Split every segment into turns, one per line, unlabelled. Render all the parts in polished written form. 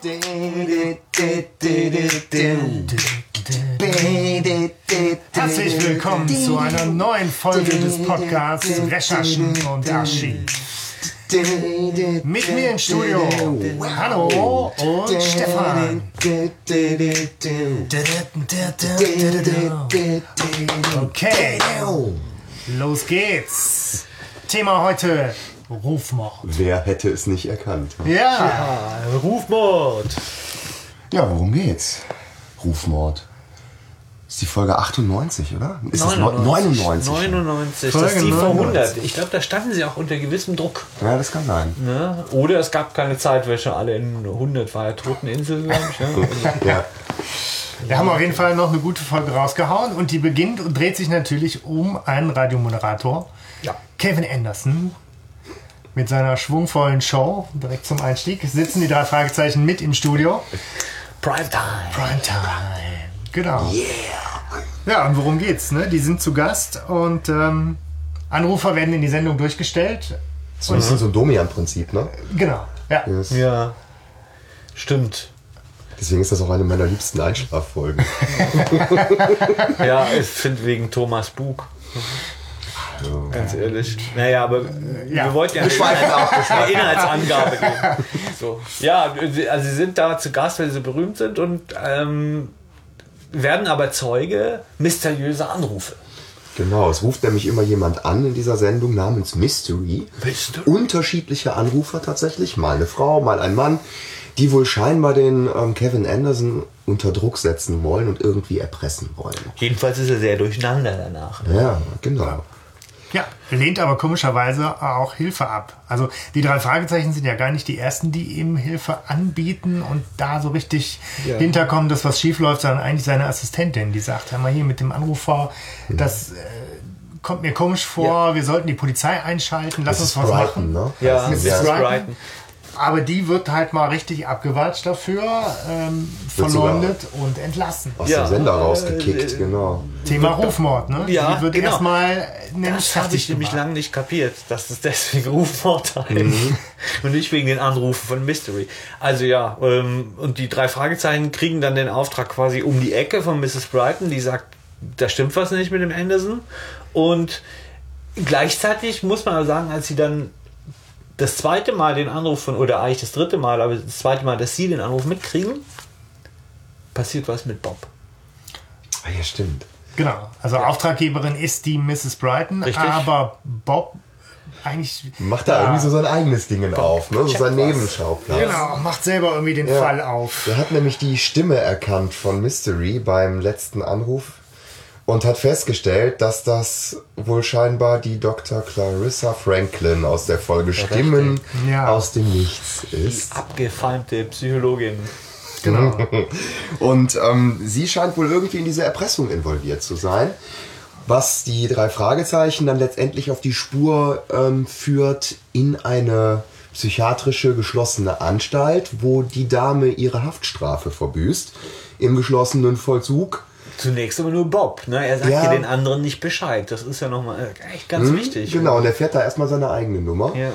Herzlich willkommen zu einer neuen Folge des Podcasts Recherchen und Archiv. Mit mir im Studio Hanno und Stefan. Okay, los geht's. Thema heute: Rufmord.
Wer hätte es nicht erkannt?
Ja,
Rufmord.
Ja, worum geht's? Rufmord. Ist die Folge 98, oder? Ist
99.
das
99,
Folge
das ist die vor 100.
99.
Ich glaube, da standen sie auch unter gewissem Druck.
Ja, das kann sein.
Ne? Oder es gab keine Zeitwäsche, alle in 100 war ja Toteninsel, glaube ich. Ja.
Ja.
wir haben auf jeden Fall noch eine gute Folge rausgehauen und die beginnt und dreht sich natürlich um einen Radiomoderator,
Ja.
Kevin Anderson. Mit seiner schwungvollen Show, direkt zum Einstieg, sitzen die drei Fragezeichen mit im Studio.
Primetime.
Primetime. Genau. Ja, und worum geht's? Ne? Die sind zu Gast und Anrufer werden in die Sendung durchgestellt.
So ein bisschen so ein Domian-Prinzip, ne?
Genau. Ja.
Das,
Ja, stimmt.
deswegen ist das auch eine meiner liebsten Einschlaffolgen.
Ja, ich finde wegen Thomas Bug. Ganz ehrlich. Naja, aber wir wollten ja eine Inhaltsangabe geben. So. Ja, also sie sind da zu Gast, weil sie berühmt sind und werden aber Zeuge mysteriöser Anrufe.
Genau, es ruft nämlich immer jemand an in dieser Sendung namens Mystery. Unterschiedliche Anrufer tatsächlich, mal eine Frau, mal ein Mann, die wohl scheinbar den Kevin Anderson unter Druck setzen wollen und irgendwie erpressen wollen.
Jedenfalls ist er sehr durcheinander danach. Ne?
Ja, genau.
Ja, lehnt aber komischerweise auch Hilfe ab. Also die drei Fragezeichen sind ja gar nicht die ersten, die ihm Hilfe anbieten und da so richtig hinterkommen, dass was schief läuft, sondern eigentlich seine Assistentin, die sagt, hör mal hier mit dem Anrufer, das kommt mir komisch vor, wir sollten die Polizei einschalten, lass uns was
Brighton,
machen.
ne?
Ja,
Mrs.
Mrs.
Brighton.
Brighton.
Aber die wird halt mal richtig abgewatscht dafür, verleumdet und entlassen.
Aus dem Sender rausgekickt, genau.
Thema Rufmord, ne?
Ja,
die wird
genau.
erstmal nämlich
Das habe ich nämlich
gemacht.
lange nicht kapiert, dass das deswegen Rufmord heißt und nicht wegen den Anrufen von Mystery. Also ja, und die drei Fragezeichen kriegen dann den Auftrag quasi um die Ecke von Mrs. Brighton, die sagt, da stimmt was nicht mit dem Anderson. Und gleichzeitig muss man sagen, als sie dann das zweite Mal den Anruf von, oder eigentlich das dritte Mal, aber das zweite Mal, dass sie den Anruf mitkriegen, passiert was mit Bob.
Ah, ja, stimmt.
Genau, also Auftraggeberin ist die Mrs. Brighton,
Richtig.
aber Bob eigentlich
Macht da irgendwie so sein eigenes Ding auf, ne? So sein Nebenschauplatz.
genau, macht selber irgendwie den Fall auf.
Der hat nämlich die Stimme erkannt von Mystery beim letzten Anruf und hat festgestellt, dass das wohl scheinbar die Dr. Clarissa Franklin aus der Folge Stimmen
Ja.
aus dem Nichts ist.
Abgefeimte Psychologin.
Genau.
Und sie scheint wohl irgendwie in diese Erpressung involviert zu sein, was die drei Fragezeichen dann letztendlich auf die Spur führt in eine psychiatrische geschlossene Anstalt, wo die Dame ihre Haftstrafe verbüßt, im geschlossenen Vollzug.
Zunächst aber nur Bob, ne? Er sagt
Ja.
ja den anderen nicht Bescheid. Das ist ja nochmal echt ganz wichtig.
Genau, und er fährt da erstmal seine eigene Nummer.
Ja.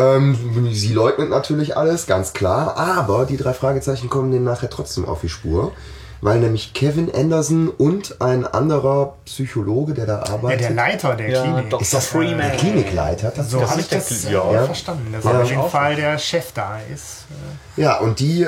Sie leugnet natürlich alles, ganz klar, aber die drei Fragezeichen kommen denen nachher trotzdem auf die Spur, weil nämlich Kevin Anderson und ein anderer Psychologe, der da
Ja,
arbeitet,
der Leiter der
Ja,
Klinik.
Dr.
ist das
Freeman.
der Klinikleiter?
So
Das
habe
ist
ich das
der
Ja.
verstanden, dass
Ja.
auf jeden Fall der Chef da ist.
Ja, und die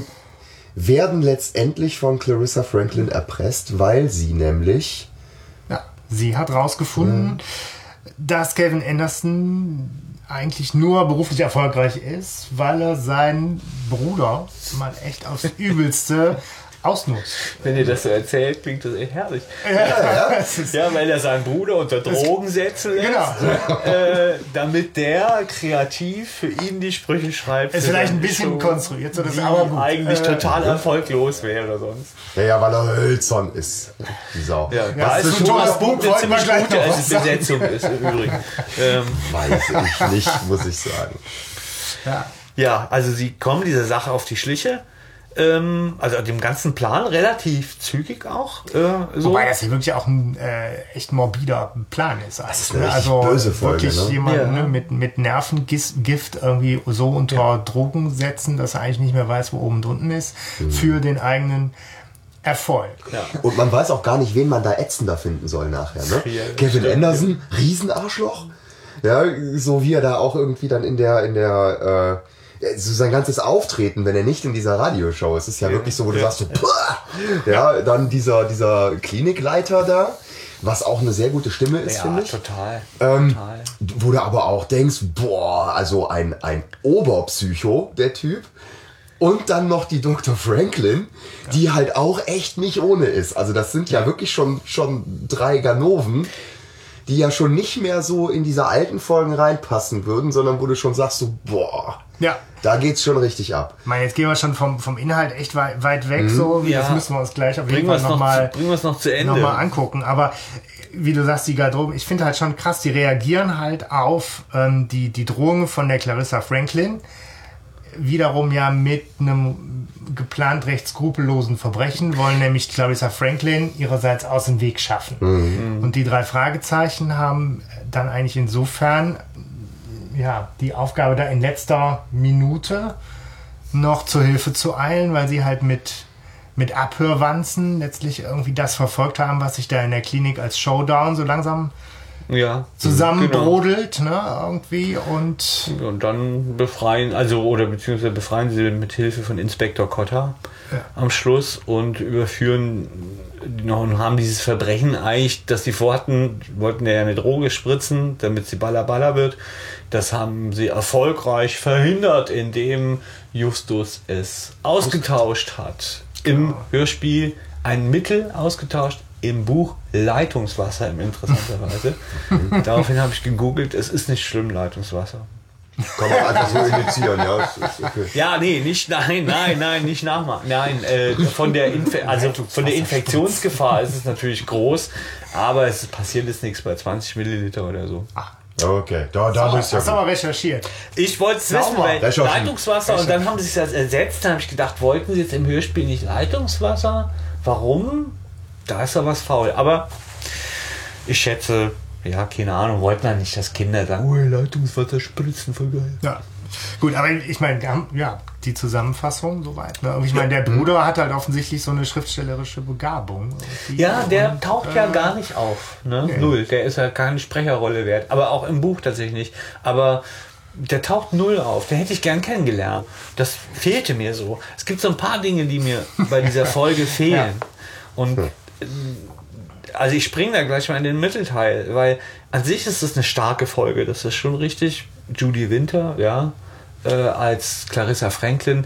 werden letztendlich von Clarissa Franklin erpresst, weil sie nämlich...
Ja, sie hat rausgefunden, dass Kevin Anderson eigentlich nur beruflich erfolgreich ist, weil er seinen Bruder mal echt aufs Übelste ausnutzt.
Wenn ihr das so erzählt, klingt das echt herrlich.
Es ist-
Ja, weil er seinen Bruder unter Drogen setzen lässt,
Genau.
damit der kreativ für ihn die Sprüche schreibt.
Ist
für
vielleicht
seine
ein bisschen
Show,
konstruiert, so das
die
aber gut.
eigentlich total erfolglos wäre sonst.
Ja, weil er hölzern ist, die Sau.
Ja, da
das
ist
ist
schon
Thomas
Thomas
Bug,
Bug eine
wollten wir
ziemlich
gleich
gute
noch was sagen.
Besetzung ist im Übrigen.
Weiß ich nicht, muss ich sagen.
Ja.
Ja, also sie kommen dieser Sache auf die Schliche. Also dem ganzen Plan relativ zügig auch. So.
Wobei das hier wirklich auch ein echt morbider Plan ist.
Das ist eine richtig böse Folge,
wirklich jemanden mit Nervengift irgendwie so unter Drogen setzen, dass er eigentlich nicht mehr weiß, wo oben und unten ist, für den eigenen Erfolg.
Ja. Und man weiß auch gar nicht, wen man da ätzender finden soll nachher. Ne?
Ja,
Kevin Anderson, Riesenarschloch. Ja, so wie er da auch irgendwie dann in der so sein ganzes Auftreten, wenn er nicht in dieser Radioshow ist, ist ja wirklich so, wo du sagst, so, ja, dann dieser Klinikleiter da, was auch eine sehr gute Stimme ist, finde ich.
Total.
Wo du aber auch denkst, boah, also ein Oberpsycho, der Typ. Und dann noch die Dr. Franklin, die halt auch echt nicht ohne ist. Also das sind ja wirklich schon 3 Ganoven, die ja schon nicht mehr so in diese alten Folgen reinpassen würden, sondern wo du schon sagst, so, boah, da geht's schon richtig ab.
Ich meine, jetzt gehen wir schon vom Inhalt echt weit weg, so. Das müssen wir uns gleich auf jeden Fall nochmal angucken. Aber wie du sagst, die Garderobe, ich finde halt schon krass, die reagieren halt auf die Drohungen von der Clarissa Franklin, wiederum ja mit einem geplant recht skrupellosen Verbrechen, wollen nämlich Clarissa Franklin ihrerseits aus dem Weg schaffen. Und die 3 Fragezeichen haben dann eigentlich insofern die Aufgabe, da in letzter Minute noch zur Hilfe zu eilen, weil sie halt mit Abhörwanzen letztlich irgendwie das verfolgt haben, was sich da in der Klinik als Showdown so langsam zusammenbrodelt, ne, irgendwie und
dann befreien sie mit Hilfe von Inspektor Cotter am Schluss und überführen und haben dieses Verbrechen eigentlich, das sie wollten ja eine Droge spritzen, damit sie Balla wird. Das haben sie erfolgreich verhindert, indem Justus es ausgetauscht hat. Im Hörspiel ein Mittel ausgetauscht, im Buch Leitungswasser interessanterweise. Daraufhin habe ich gegoogelt, es ist nicht schlimm, Leitungswasser.
Kann man einfach so injizieren, ja. Ist okay.
Ja, nein, nicht nachmachen. Nein, von der Infektionsgefahr ist es natürlich groß, aber es passiert jetzt nichts bei 20 Milliliter oder so.
Ach.
Okay, da bist du ja.
Hast du mal recherchiert?
Ich wollte es wissen, weil Leitungswasser und dann haben sie sich das ersetzt. Dann habe ich gedacht, wollten sie jetzt im Hörspiel nicht Leitungswasser? Warum? Da ist ja was faul. Aber ich schätze, keine Ahnung, wollten dann nicht, dass Kinder sagen, Leitungswasser spritzen, voll geil.
Ja. Gut, aber ich meine, die Zusammenfassung soweit. Ne? Ich meine, der Bruder hat halt offensichtlich so eine schriftstellerische Begabung.
Ja, der taucht ja gar nicht auf. Ne? Nee. Null. Der ist ja keine Sprecherrolle wert. Aber auch im Buch tatsächlich nicht. Aber der taucht null auf. Den hätte ich gern kennengelernt. Das fehlte mir so. Es gibt so ein paar Dinge, die mir bei dieser Folge fehlen. Und also ich springe da gleich mal in den Mittelteil, weil an sich ist das eine starke Folge. Das ist schon richtig. Judy Winter, als Clarissa Franklin.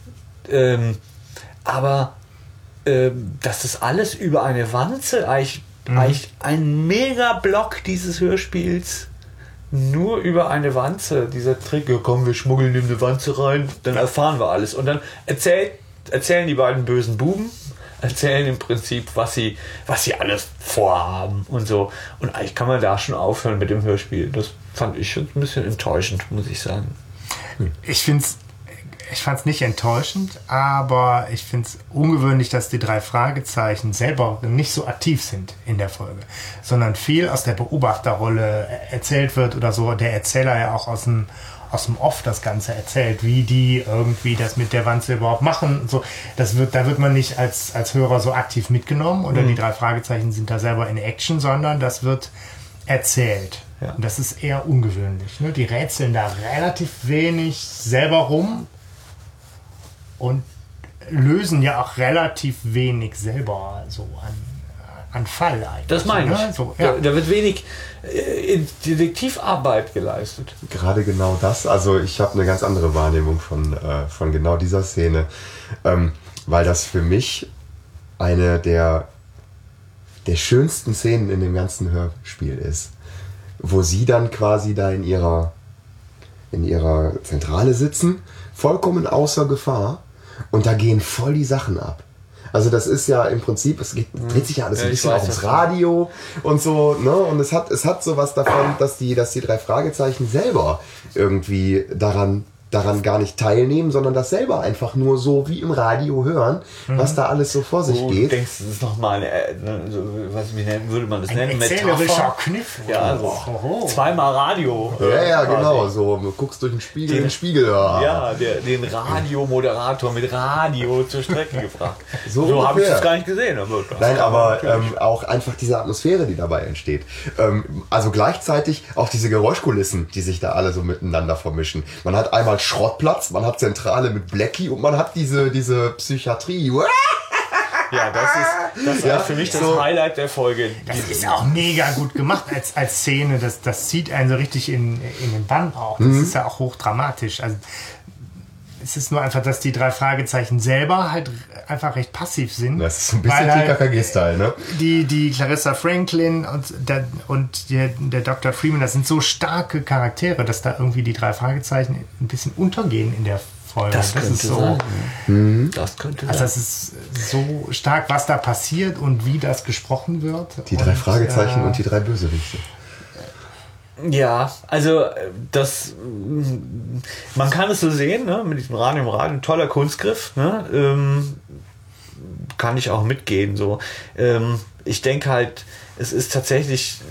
Aber dass das alles über eine Wanze, eigentlich ein Mega-Block dieses Hörspiels, nur über eine Wanze, dieser Trick, komm, wir schmuggeln in eine Wanze rein, dann erfahren wir alles. Und dann erzählen die beiden bösen Buben, erzählen im Prinzip, was sie alles vorhaben und so. Und eigentlich kann man da schon aufhören mit dem Hörspiel. Das fand ich ein bisschen enttäuschend, muss ich sagen.
Ich fand es nicht enttäuschend, aber ich finde es ungewöhnlich, dass die 3 Fragezeichen selber nicht so aktiv sind in der Folge, sondern viel aus der Beobachterrolle erzählt wird oder so. Der Erzähler ja auch aus dem Off das Ganze erzählt, wie die irgendwie das mit der Wanze überhaupt machen. So, da wird man nicht als Hörer so aktiv mitgenommen oder die 3 Fragezeichen sind da selber in Action, sondern das wird erzählt. Ja. Und das ist eher ungewöhnlich. Ne? Die rätseln da relativ wenig selber rum und lösen ja auch relativ wenig selber so an Fall eigentlich.
Das meine ich.
So,
da wird wenig Detektivarbeit geleistet.
Gerade genau das. Also ich habe eine ganz andere Wahrnehmung von genau dieser Szene, weil das für mich eine der schönsten Szenen in dem ganzen Hörspiel ist, wo sie dann quasi da in ihrer Zentrale sitzen, vollkommen außer Gefahr, und da gehen voll die Sachen ab. Also das ist ja im Prinzip, dreht sich ja alles ein bisschen auch ums Radio und so, ne? Und es hat sowas davon, dass die 3 Fragezeichen selber irgendwie daran daran gar nicht teilnehmen, sondern das selber einfach nur so wie im Radio hören, was da alles so vor sich geht.
Du denkst, das ist nochmal, würde man das nennen?
Erzählerischer Kniff.
Ja, also zweimal Radio.
Ja, genau. So, du guckst durch den Spiegel.
Ja, den Radiomoderator mit Radio zur Strecke gebracht.
So
habe ich das gar nicht gesehen.
Nein, aber auch einfach diese Atmosphäre, die dabei entsteht. Also gleichzeitig auch diese Geräuschkulissen, die sich da alle so miteinander vermischen. Man hat einmal Schrottplatz, man hat Zentrale mit Blackie und man hat diese Psychiatrie.
Ja, das ist für mich das Highlight der Folge.
Das ist auch mega gut gemacht als Szene. Das zieht einen so richtig in den Bann auch. Das ist ja auch hochdramatisch. Also es ist nur einfach, dass die 3 Fragezeichen selber halt einfach recht passiv sind.
Das ist so ein bisschen TKKG-Style, ne?
Die Clarissa Franklin und der Dr. Freeman, das sind so starke Charaktere, dass da irgendwie die 3 Fragezeichen ein bisschen untergehen in der Folge.
Das könnte
ist so,
sein. Das könnte sein.
Also das ist so stark, was da passiert und wie das gesprochen wird.
Die 3 Fragezeichen und die 3 Bösewichte.
Ja, also man kann es so sehen, ne, mit diesem Radio im Radio, ein toller Kunstgriff, ne, kann ich auch mitgehen, so. Ich denke halt, es ist tatsächlich,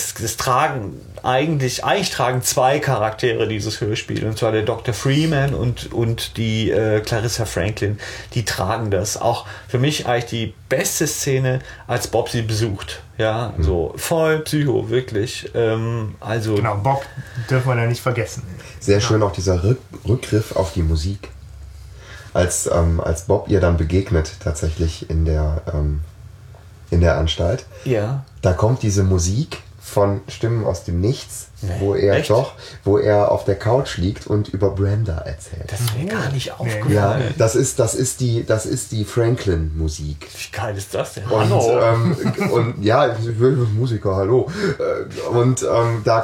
eigentlich tragen 2 Charaktere dieses Hörspiel, und zwar der Dr. Freeman und die Clarissa Franklin, die tragen das. Auch für mich eigentlich die beste Szene, als Bob sie besucht. Ja, so voll Psycho, wirklich.
Genau, Bob dürfen wir ja nicht vergessen.
Sehr schön auch dieser Rückgriff auf die Musik. Als Bob ihr dann begegnet, tatsächlich in der Anstalt.
Ja.
Da kommt diese Musik von Stimmen aus dem Nichts, wo er auf der Couch liegt und über Brenda erzählt.
Das ist mir gar nicht aufgefallen.
Ja, das ist die Franklin-Musik.
Wie geil ist das denn?
Und ja, ich will Musiker, hallo. Und da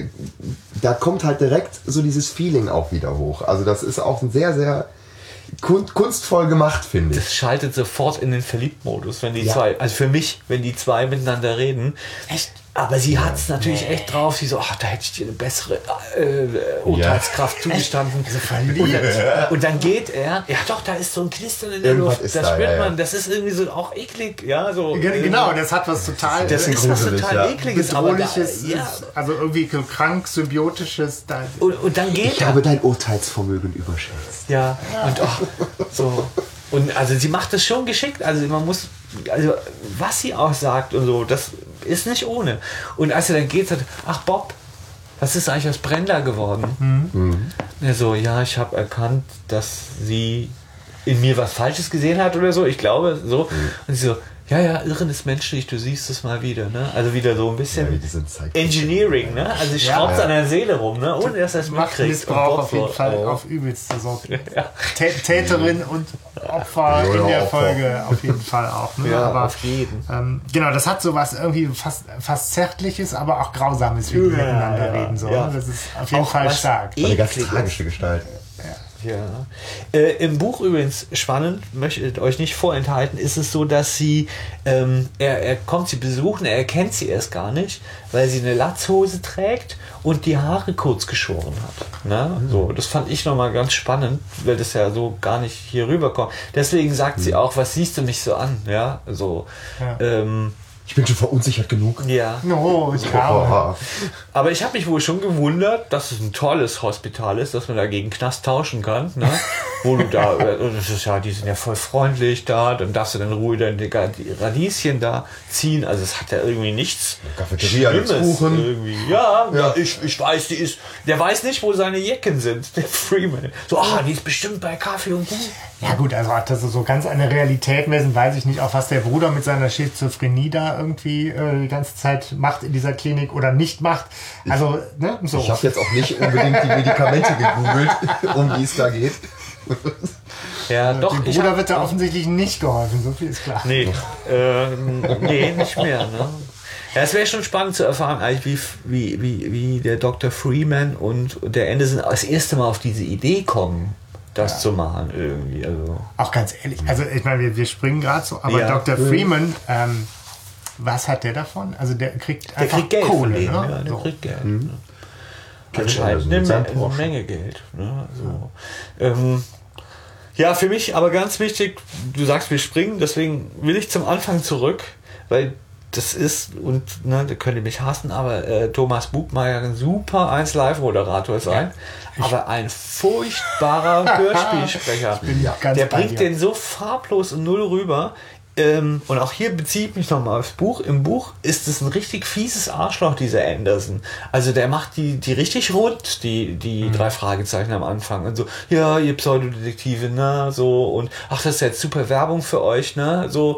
kommt halt direkt so dieses Feeling auch wieder hoch. Also das ist auch ein sehr, sehr kunstvoll gemacht, finde ich.
Das schaltet sofort in den Verliebt-Modus, wenn die zwei, also für mich, wenn die 2 miteinander reden. Echt? Aber sie hat es natürlich echt drauf. Sie so, da hätte ich dir eine bessere Urteilskraft zugestanden. Und dann geht er. Ja doch, da ist so ein Knistern in der Luft. Das spürt man. Das ist irgendwie so auch eklig. Ja, so,
genau, das hat was total...
Das ist was total ekliges.
Bedrohliches, also irgendwie krank, symbiotisches.
Und dann geht
ich habe dein Urteilsvermögen überschätzt.
Ja, und so. Und also sie macht das schon geschickt. Also was sie auch sagt und so, das ist nicht ohne. Und als er dann geht, sagt, ach Bob, was ist eigentlich aus Brenda geworden? Er so, ja, ich habe erkannt, dass sie in mir was Falsches gesehen hat oder so. Ich glaube, so. Und sie so, ja, Irren ist menschlich, du siehst es mal wieder, ne? Also wieder so ein bisschen Engineering, ne? Also sie schraubt an der Seele rum, ne? Ohne dass er es mitkriegt.
Missbrauch auf jeden Fall auf übelste Sorte. Täterin und Opfer in der Folge auf jeden Fall auch. Ne?
Ja,
aber,
auf jeden.
Genau, das hat sowas irgendwie fast Zärtliches, aber auch Grausames, wie die miteinander reden. So,
ja.
Das ist auf jeden Fall stark.
Eine ganz tragische Gestalt.
Ja. Im Buch übrigens, spannend, möchte euch nicht vorenthalten, ist es so, dass sie, er kommt sie besuchen, er erkennt sie erst gar nicht, weil sie eine Latzhose trägt und die Haare kurz geschoren hat. Ne? So, das fand ich nochmal ganz spannend, weil das ja so gar nicht hier rüberkommt. Deswegen sagt sie auch, was siehst du mich so an? Ja, so. Ja.
Ich bin schon verunsichert genug.
Ja. Aber ich habe mich wohl schon gewundert, dass es ein tolles Hospital ist, dass man da gegen Knast tauschen kann. Ne? Wo du da, das ist ja, die sind ja voll freundlich da, dann darfst du dann ruhig die Radieschen da ziehen. Also es hat ja irgendwie nichts Schlimmes irgendwie. Ja. Ich weiß, der weiß nicht, wo seine Jecken sind, der Freeman. So, die ist bestimmt bei Kaffee und Kuchen.
Ja gut, also hat das so ganz eine Realität messen, weiß ich nicht, auch was der Bruder mit seiner Schizophrenie da irgendwie die ganze Zeit macht in dieser Klinik oder nicht macht. Also, ne, so.
Ich habe jetzt auch nicht unbedingt die Medikamente gegoogelt, um die es da geht.
Ja, doch.
Dem Bruder wird da offensichtlich nicht geholfen, so viel ist klar.
Nee, nicht mehr. Ne? Ja, es wäre schon spannend zu erfahren, eigentlich, wie der Dr. Freeman und der Anderson das erste Mal auf diese Idee kommen, das zu machen irgendwie. Also.
Auch ganz ehrlich, also ich meine, wir springen gerade so, aber Dr. Freeman, was hat der davon? Also der kriegt einfach
Geld
Kohle,
von denen,
ne?
der kriegt Geld. anscheinend eine Menge Geld. Ne? So. Ja, für mich aber ganz wichtig, du sagst, wir springen, deswegen will ich zum Anfang zurück, weil das ist, und da könnt ihr mich hassen, aber Thomas Bugmeier ein super 1Live-Moderator sein, aber ein furchtbarer Hörspielsprecher. Der bringt den so farblos und null rüber. Und auch hier beziehe ich mich nochmal aufs Buch. Im Buch ist es ein richtig fieses Arschloch, dieser Anderson. Also der macht die richtig rund, die 3 Fragezeichen am Anfang. Und so, ja, ihr Pseudodetektive, ne, so, und ach, das ist jetzt super Werbung für euch, ne, so,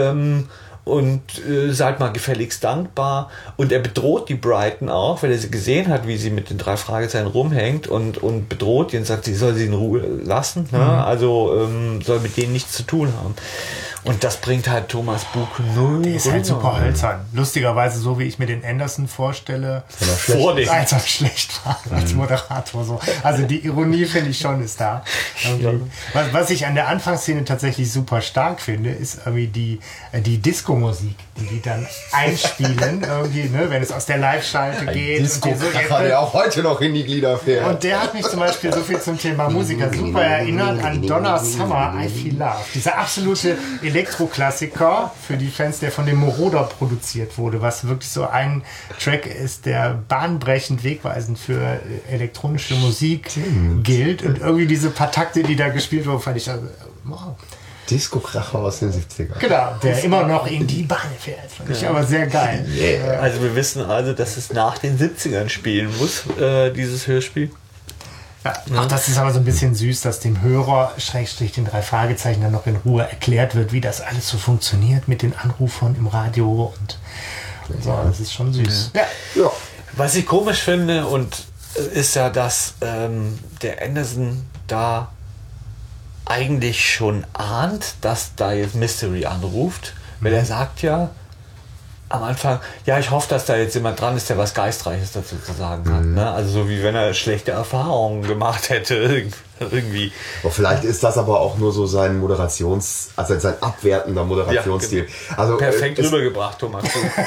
und seid mal gefälligst dankbar. Und er bedroht die Brighton auch, weil er sie gesehen hat, wie sie mit den 3 Fragezeichen rumhängt und bedroht die und sagt, sie soll sie in Ruhe lassen, ne? Also soll mit denen nichts zu tun haben. Und das bringt halt Thomas Bug null.
Der ist halt super hölzern. Lustigerweise, so wie ich mir den Anderson vorstelle, als er schlecht war als Moderator. So. Also die Ironie, finde ich schon, ist da. Was ich an der Anfangsszene tatsächlich super stark finde, ist irgendwie die Disco-Musik, die dann einspielen, irgendwie, ne, wenn es aus der Live-Schalte geht.
Disco-Kracher, der auch heute noch in die Glieder fährt.
Und der hat mich zum Beispiel so viel zum Thema Musiker super erinnert an Donna Summer, I Feel Love. Dieser absolute Elektroklassiker für die Fans, der von dem Moroder produziert wurde, was wirklich so ein Track ist, der bahnbrechend wegweisend für elektronische Musik gilt. Und irgendwie diese paar Takte, die da gespielt wurden, fand ich wow.
Disco-Kracher aus den 70ern.
Genau, der immer noch in die Bahn fährt. Fand ich aber sehr geil.
Yeah. Also wir wissen also, dass es nach den 70ern spielen muss, dieses Hörspiel.
Ja, auch das ist aber so ein bisschen süß, dass dem Hörer, Schrägstrich den 3 Fragezeichen, dann noch in Ruhe erklärt wird, wie das alles so funktioniert mit den Anrufern im Radio und so. Das ist schon süß.
Ja.
Was ich komisch finde, ist ja, dass der Anderson da eigentlich schon ahnt, dass da jetzt Mystery anruft, weil er sagt ja am Anfang, ja, ich hoffe, dass da jetzt jemand dran ist, der was Geistreiches dazu zu sagen hat. Ne? Also so wie wenn er schlechte Erfahrungen gemacht hätte irgendwie.
Aber vielleicht ist das aber auch nur so sein sein abwertender Moderationsstil.
Ja,
also,
perfekt rübergebracht, Thomas.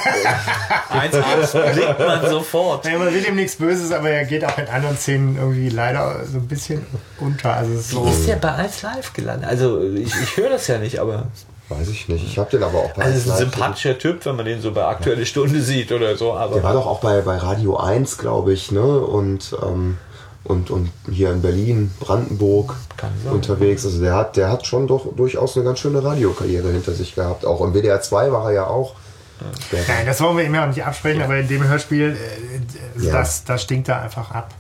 1A blickt man sofort.
Ja, man will ihm nichts Böses, aber er geht auch in anderen Szenen irgendwie leider so ein bisschen unter. Also
wie ist der bei 1 Live gelandet? Also ich höre das ja nicht, aber...
Weiß ich nicht. Ich habe den aber auch bei...
Also ist ein sympathischer Typ, wenn man den so bei Aktuelle Stunde sieht oder so. Aber
der war doch auch bei Radio 1, glaube ich, ne? Und hier in Berlin, Brandenburg unterwegs. Also der hat schon doch durchaus eine ganz schöne Radiokarriere hinter sich gehabt. Auch im WDR 2 war er ja auch.
Nein, das wollen wir ihm ja nicht absprechen, aber in dem Hörspiel, das stinkt da einfach ab.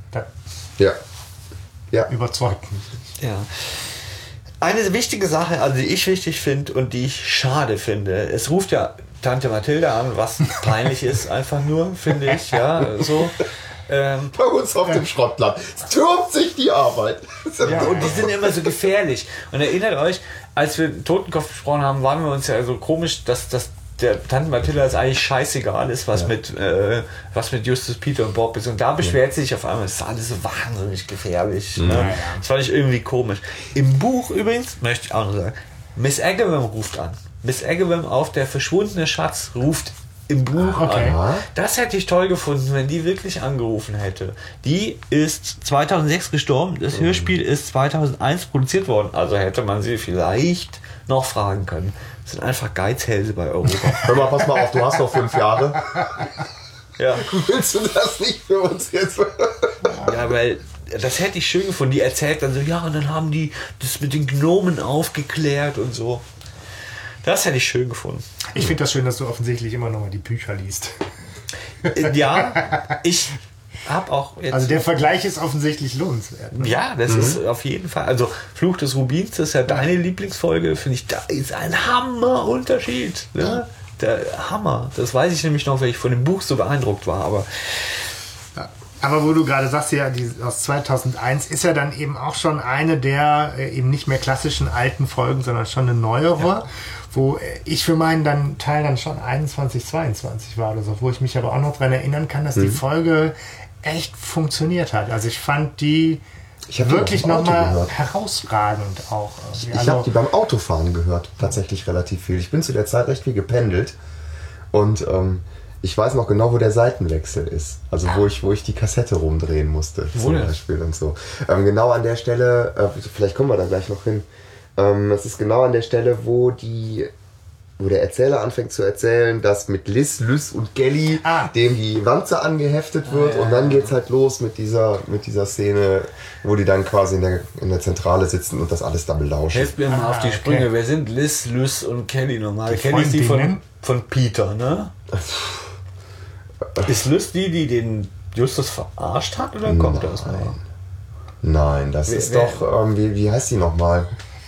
Das überzeugt mich.
Ja. Eine wichtige Sache, also die ich wichtig finde und die ich schade finde, es ruft ja Tante Mathilda an, was peinlich ist, einfach nur, finde ich, ja, so.
Bei uns auf dem Schrottplatz. Es türmt sich die Arbeit.
Und die sind immer so gefährlich. Und erinnert euch, als wir Totenkopf besprochen haben, waren wir uns ja so komisch, dass der Tante Mathilda ist eigentlich scheißegal ist, was mit Justus, Peter und Bob ist. Und da beschwert sie sich auf einmal, es ist alles so wahnsinnig gefährlich. Ne? Das fand ich irgendwie komisch. Im Buch übrigens, möchte ich auch noch sagen, Miss Agawam ruft an. Miss Agawam auf der verschwundene Schatz ruft im Buch an. Das hätte ich toll gefunden, wenn die wirklich angerufen hätte. Die ist 2006 gestorben, das Hörspiel ist 2001 produziert worden, also hätte man sie vielleicht noch fragen können. Das sind einfach Geizhälse bei Europa.
Hör mal, pass mal auf, du hast noch 5 Jahre.
Ja.
Willst du das nicht für uns jetzt?
Ja, weil das hätte ich schön gefunden. Die erzählt dann so, ja, und dann haben die das mit den Gnomen aufgeklärt und so. Das hätte ich schön gefunden.
Ich finde das schön, dass du offensichtlich immer noch mal die Bücher liest.
Ja, ich habe auch jetzt...
Also der Vergleich ist offensichtlich lohnenswert. Ne?
Ja, das ist auf jeden Fall... Also Fluch des Rubins, das ist ja deine Lieblingsfolge, finde ich, da ist ein Hammerunterschied. Ne? Der Hammer. Das weiß ich nämlich noch, weil ich von dem Buch so beeindruckt war, aber...
Aber wo du gerade sagst, ja, die aus 2001 ist ja dann eben auch schon eine der eben nicht mehr klassischen alten Folgen, sondern schon eine neuere, ja, wo ich für meinen Teil dann schon 21, 22 war oder so, wo ich mich aber auch noch daran erinnern kann, dass die Folge echt funktioniert hat. Also ich fand die wirklich nochmal herausragend auch.
Ich habe die beim Autofahren gehört, tatsächlich relativ viel. Ich bin zu der Zeit recht viel gependelt und Ich weiß noch genau, wo der Seitenwechsel ist. Also wo ich die Kassette rumdrehen musste. Zum Beispiel und so. Genau an der Stelle, vielleicht kommen wir da gleich noch hin. Es ist genau an der Stelle, wo der Erzähler anfängt zu erzählen, dass mit Liz, Lys und Kelly dem die Wanze angeheftet wird und dann geht's halt los mit dieser Szene, wo die dann quasi in der Zentrale sitzen und das alles da belauschen.
Helft mir mal auf die Sprünge. Okay. Wer sind Liz, Lys und Kelly nochmal? Kelly ist die von Peter, ne? Ist Lys die den Justus verarscht hat oder kommt das noch?
Nein, das ist doch, wie heißt die nochmal?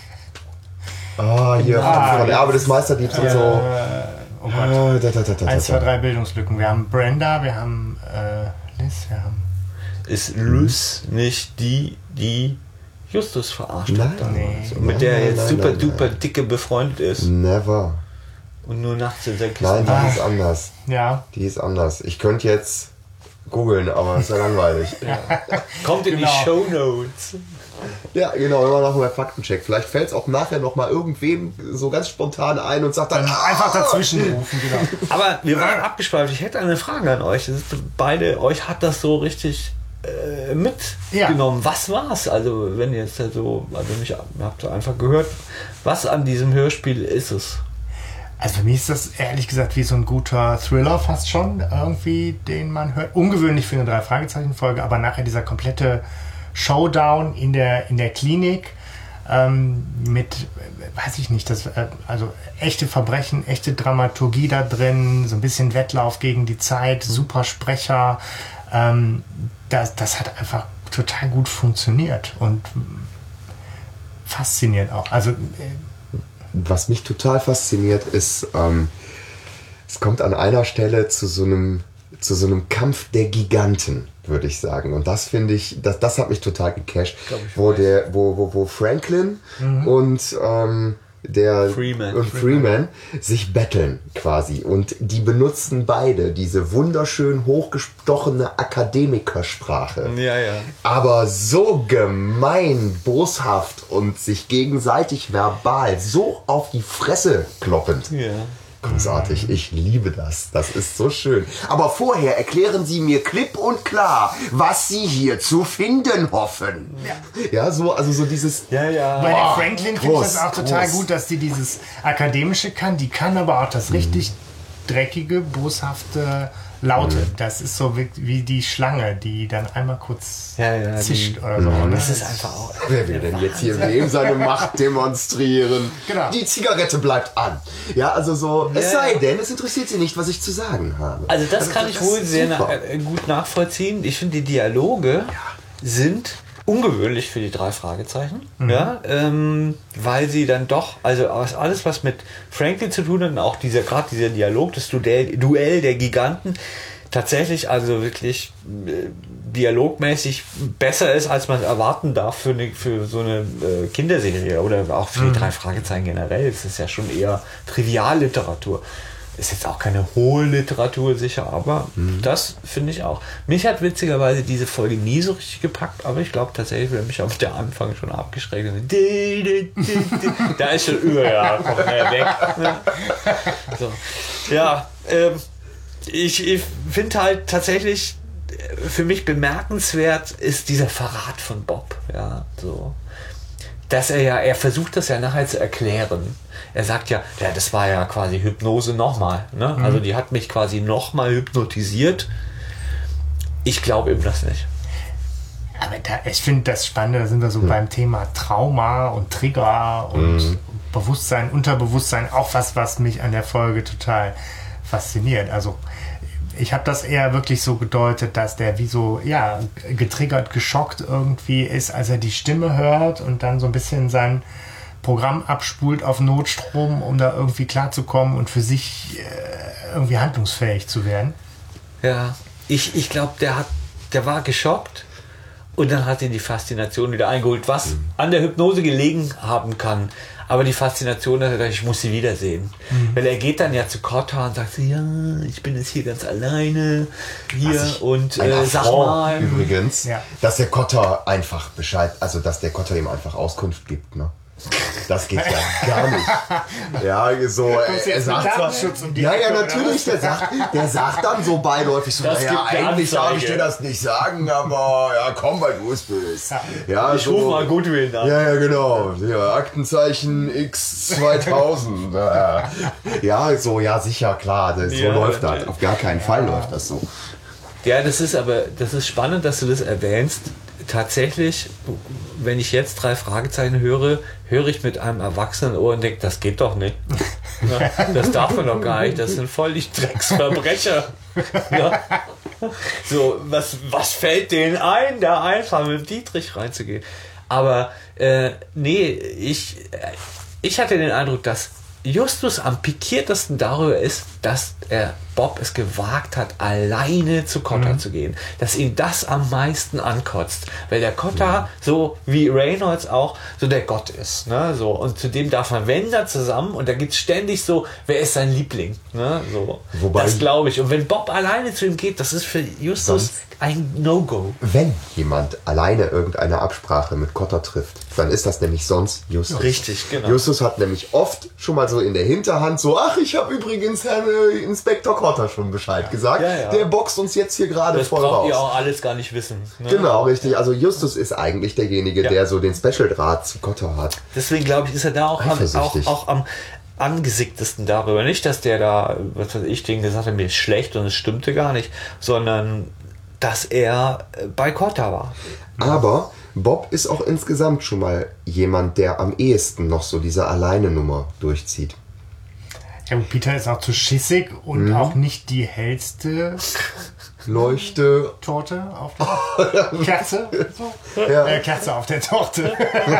Hier von Erbe des Meisterdiebs und so.
Oh Gott. 1, 2, 3 Bildungslücken. Wir haben Brenda, wir haben Liz, wir haben...
Ist Lys nicht die Justus verarscht hat?
Nee.
Mit der er jetzt super duper dicke befreundet ist.
Never.
Und nur nachts in seinem
Nein, die ist anders.
Ja.
Die ist anders. Ich könnte jetzt googeln, aber ist ja langweilig.
Kommt in die Shownotes.
Ja, genau, immer noch mal Faktencheck. Vielleicht fällt es auch nachher noch mal irgendwem so ganz spontan ein und sagt dann
einfach dazwischen rufen, genau.
Aber wir waren abgeschweift. Ich hätte eine Frage an euch. Das ist euch hat das so richtig mitgenommen. Ja. Was war's? Also, wenn ihr jetzt ich habt einfach gehört, was an diesem Hörspiel ist es?
Also für mich ist das ehrlich gesagt wie so ein guter Thriller fast schon irgendwie, den man hört. Ungewöhnlich für eine 3-Fragezeichen-Folge, aber nachher dieser komplette Showdown in der Klinik mit, weiß ich nicht, also echte Verbrechen, echte Dramaturgie da drin, so ein bisschen Wettlauf gegen die Zeit, super Sprecher. Das hat einfach total gut funktioniert und fasziniert auch. Also
was mich total fasziniert ist, es kommt an einer Stelle zu so einem Kampf der Giganten, würde ich sagen. Und das finde ich, das hat mich total gecasht, wo Franklin und Freeman sich betteln quasi. Und die benutzen beide diese wunderschön hochgestochene Akademikersprache.
Ja.
Aber so gemein, boshaft und sich gegenseitig verbal so auf die Fresse kloppend.
Ja.
Großartig, ich liebe das. Das ist so schön. Aber vorher erklären Sie mir klipp und klar, was Sie hier zu finden hoffen. Ja, so dieses...
Bei der Franklin finde ich das auch total gut, dass die dieses Akademische kann. Die kann aber auch das richtig dreckige, boshafte Laute. Das ist so wie die Schlange, die dann einmal kurz zischt oder so.
Das ist einfach auch...
Wer will denn jetzt hier wem seine Macht demonstrieren?
Genau.
Die Zigarette bleibt an. Ja, also so, es sei denn, es interessiert Sie nicht, was ich zu sagen habe.
Also das kann ich wohl sehr gut nachvollziehen. Ich finde, die Dialoge sind ungewöhnlich für die 3 Fragezeichen, weil sie dann doch, also alles, was mit Franklin zu tun hat, und auch gerade dieser Dialog, das Duell der Giganten, tatsächlich also wirklich dialogmäßig besser ist, als man erwarten darf für so eine Kinderserie oder auch für die 3 Fragezeichen generell. Es ist ja schon eher Trivialliteratur. Ist jetzt auch keine hohe Literatur sicher, aber das finde ich auch. Mich hat witzigerweise diese Folge nie so richtig gepackt, aber ich glaube tatsächlich, wenn mich auf der Anfang schon abgeschreckt hat, da ist schon kommt mehr weg. So. Ja, ich finde halt tatsächlich, für mich bemerkenswert ist dieser Verrat von Bob. Ja, so. Dass er versucht das ja nachher zu erklären. Er sagt ja, das war ja quasi Hypnose nochmal. Ne? Also die hat mich quasi nochmal hypnotisiert. Ich glaube ihm das nicht.
Aber ich finde das Spannende, da sind wir so beim Thema Trauma und Trigger und Bewusstsein, Unterbewusstsein, auch was mich an der Folge total fasziniert. Also ich habe das eher wirklich so gedeutet, dass der wie so, getriggert, geschockt irgendwie ist, als er die Stimme hört und dann so ein bisschen sein Programm abspult auf Notstrom, um da irgendwie klarzukommen und für sich irgendwie handlungsfähig zu werden.
Ja, ich glaube, der war geschockt und dann hat ihn die Faszination wieder eingeholt, was an der Hypnose gelegen haben kann. Aber die Faszination, dass er sagt, ich muss sie wiedersehen. Weil er geht dann ja zu Cotta und sagt, ich bin jetzt hier ganz alleine hier und sag mal.
Übrigens, dass der Cotta einfach Bescheid, also dass der Cotta ihm einfach Auskunft gibt. Ne? Das geht ja gar nicht. Ja, so, er sagt zwar, ja, natürlich, der sagt dann so beiläufig so, naja, eigentlich darf ich dir das nicht sagen, aber ja, komm, weil du es bist. Ja,
ich rufe mal Goodwill an.
Ja, genau. Ja, Aktenzeichen X 2000. Ja, so, ja, sicher, klar, so läuft das. Auf gar keinen Fall läuft das so.
Ja, das ist spannend, dass du das erwähnst. Tatsächlich, wenn ich jetzt 3 Fragezeichen höre ich mit einem erwachsenen Ohr und denke, das geht doch nicht. Ja, das darf man doch gar nicht. Das sind voll die Drecksverbrecher. Ja. So, was fällt denen ein, da einfach mit Dietrich reinzugehen? Aber nee, ich hatte den Eindruck, dass Justus am pikiertesten darüber ist, dass Bob es gewagt hat, alleine zu Kotter zu gehen. Dass ihn das am meisten ankotzt. Weil der Kotter, so wie Reynolds auch, so der Gott ist. Ne? So, und zudem darf man, wenn da zusammen, und da gibt es ständig so, wer ist sein Liebling? Ne? So,
wobei,
das glaube ich. Und wenn Bob alleine zu ihm geht, das ist für Justus ein No-Go.
Wenn jemand alleine irgendeine Absprache mit Kotter trifft, dann ist das nämlich sonst Justus.
Richtig, genau.
Justus hat nämlich oft schon mal so in der Hinterhand so, ach, ich habe übrigens Herrn Inspektor Kotter schon Bescheid gesagt.
Ja.
Der boxt uns jetzt hier gerade
das
voll raus. Das
braucht ihr auch alles gar nicht wissen. Ne?
Genau, richtig. Also Justus ist eigentlich derjenige, der so den Special-Draht zu Kotter hat.
Deswegen glaube ich, ist er da auch am angesicktesten darüber. Nicht, dass der da, was weiß ich, denen gesagt hat, mir ist schlecht und es stimmte gar nicht, sondern dass er bei Kotter war.
Aber Bob ist auch insgesamt schon mal jemand, der am ehesten noch so diese Alleine-Nummer durchzieht.
Ja, und Peter ist auch zu schissig und auch nicht die hellste
Torte
auf der Kerze. So.
Ja.
Kerze auf der Torte.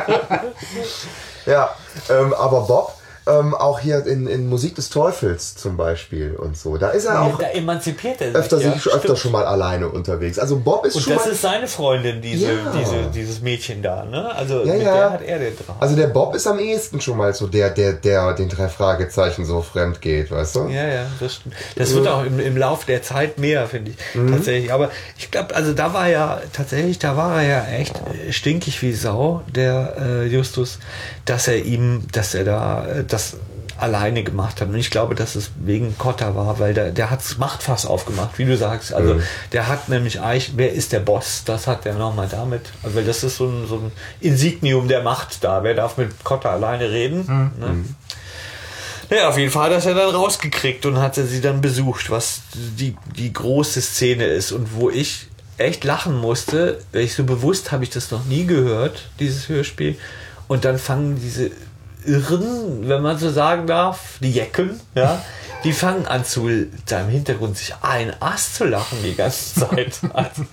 Ja, aber Bob, auch hier in Musik des Teufels zum Beispiel und so, da ist er auch
da emanzipiert er sich,
öfter schon mal alleine unterwegs. Also Bob ist
und
schon
das
mal,
ist seine Freundin, dieses Mädchen da, ne? Also mit der hat er den Draht.
Also der Bob ist am ehesten schon mal so der den 3 Fragezeichen so fremd geht, weißt du?
Ja, das stimmt. Das wird auch im Laufe der Zeit mehr, finde ich, tatsächlich. Aber ich glaube, also da war er ja echt stinkig wie Sau, der Justus, dass er das alleine gemacht hat. Und ich glaube, dass es wegen Kotter war, weil der hat das Machtfass aufgemacht, wie du sagst. Also der hat nämlich eigentlich, wer ist der Boss? Das hat er nochmal damit. Also, weil das ist so ein Insignium der Macht da. Wer darf mit Kotter alleine reden? Ne? Ja, auf jeden Fall hat er es ja dann rausgekriegt und hat sie dann besucht, was die große Szene ist und wo ich echt lachen musste, weil ich so bewusst habe ich das noch nie gehört, dieses Hörspiel. Und dann fangen diese Irren, wenn man so sagen darf, die Jecken, ja, die fangen an da im Hintergrund sich ein Ast zu lachen die ganze Zeit. Also,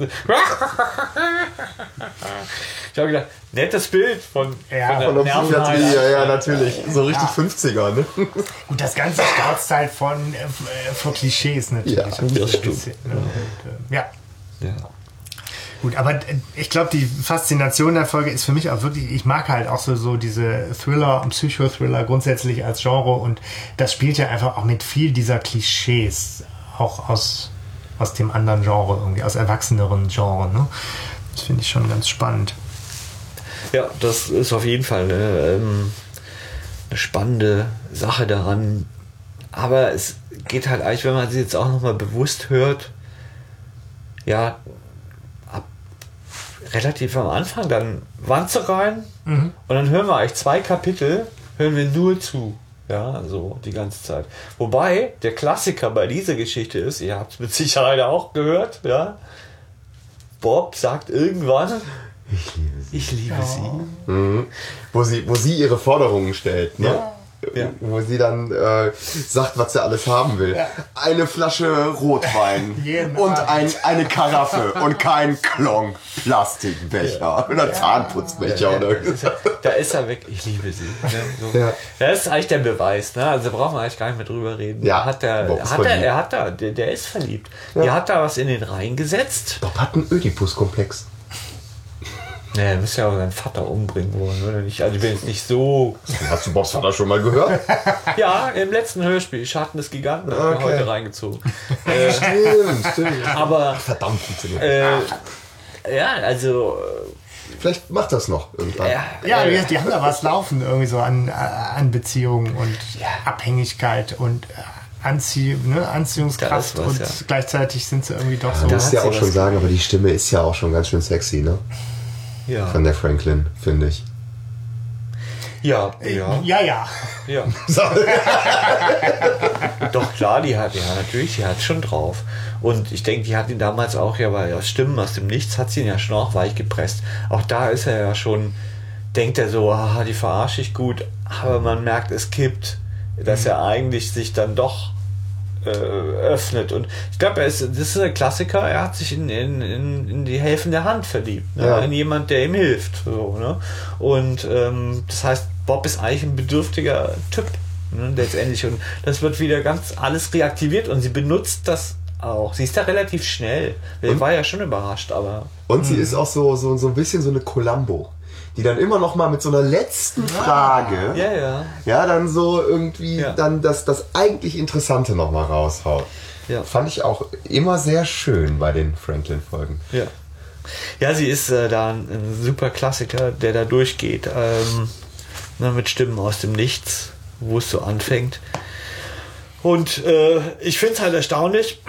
ich habe gedacht, nettes Bild von der
Psychiatrie, ja, natürlich. So richtig 50er, ne?
Und das Ganze stürzt halt vor Klischees natürlich.
Ja,
das stimmt.
Ja. Gut, aber ich glaube, die Faszination der Folge ist für mich auch wirklich, ich mag halt auch so diese Thriller und Psychothriller grundsätzlich als Genre und das spielt ja einfach auch mit viel dieser Klischees, auch aus dem anderen Genre, irgendwie aus erwachseneren Genre. Ne? Das finde ich schon ganz spannend.
Ja, das ist auf jeden Fall eine spannende Sache daran. Aber es geht halt eigentlich, wenn man sie jetzt auch nochmal bewusst hört, ja, relativ am Anfang dann Wanze rein und dann hören wir eigentlich 2 Kapitel, hören wir nur zu. Ja, so die ganze Zeit. Wobei der Klassiker bei dieser Geschichte ist, ihr habt es mit Sicherheit auch gehört, ja, Bob sagt irgendwann, ich liebe sie.
Mhm. Wo sie ihre Forderungen stellt, ne?
Ja.
Wo sie dann sagt, was sie alles haben will. Ja. Eine Flasche Rotwein und eine Karaffe und kein Klong Plastikbecher oder Zahnputzbecher oder
da ist er weg. Ich liebe sie. Ne? So. Ja. Das ist eigentlich der Beweis. Ne? Also da brauchen wir eigentlich gar nicht mehr drüber reden.
Ja,
der ist verliebt. Ja. Der hat da was in den Reihen gesetzt.
Bob hat einen Ödipus-Komplex.
Ja, du musst ja auch seinen Vater umbringen wollen, oder nicht? Also ich bin jetzt nicht so...
Hast du Bobs Vater schon mal gehört?
Ja, im letzten Hörspiel, Schatten des Giganten, hat mir heute reingezogen.
Stimmt.
Aber...
Verdammt funktioniert.
Ja, also...
Vielleicht macht das noch irgendwann.
Ja, die haben da was laufen, irgendwie so an Beziehungen und Abhängigkeit und Anziehungskraft und gleichzeitig sind sie irgendwie doch so.
Du musst ja auch schon sagen, aber die Stimme ist ja auch schon ganz schön sexy, ne?
Ja.
Von der Franklin, finde ich.
Ja.
So.
Doch, klar, die hat schon drauf. Und ich denke, die hat ihn damals auch, weil aus Stimmen aus dem Nichts hat sie ihn ja schon auch weich gepresst. Auch da ist er ja schon, denkt er so, die verarsche ich gut, aber man merkt, es kippt, dass er eigentlich sich dann doch öffnet. Und ich glaube, das ist ein Klassiker, er hat sich in die helfende Hand verliebt, ne? In jemand, der ihm hilft. So, ne? Und das heißt, Bob ist eigentlich ein bedürftiger Typ, ne, letztendlich. Und das wird wieder ganz alles reaktiviert und sie benutzt das auch. Sie ist da relativ schnell. Ich war ja schon überrascht, aber...
Und sie ist auch so ein bisschen so eine Columbo, die dann immer noch mal mit so einer letzten Frage dann so irgendwie dann das eigentlich Interessante noch mal raushaut. Ja. Fand ich auch immer sehr schön bei den Franklin-Folgen.
Ja, sie ist da ein super Klassiker, der da durchgeht. Mit Stimmen aus dem Nichts, wo es so anfängt. Und ich finde es halt erstaunlich.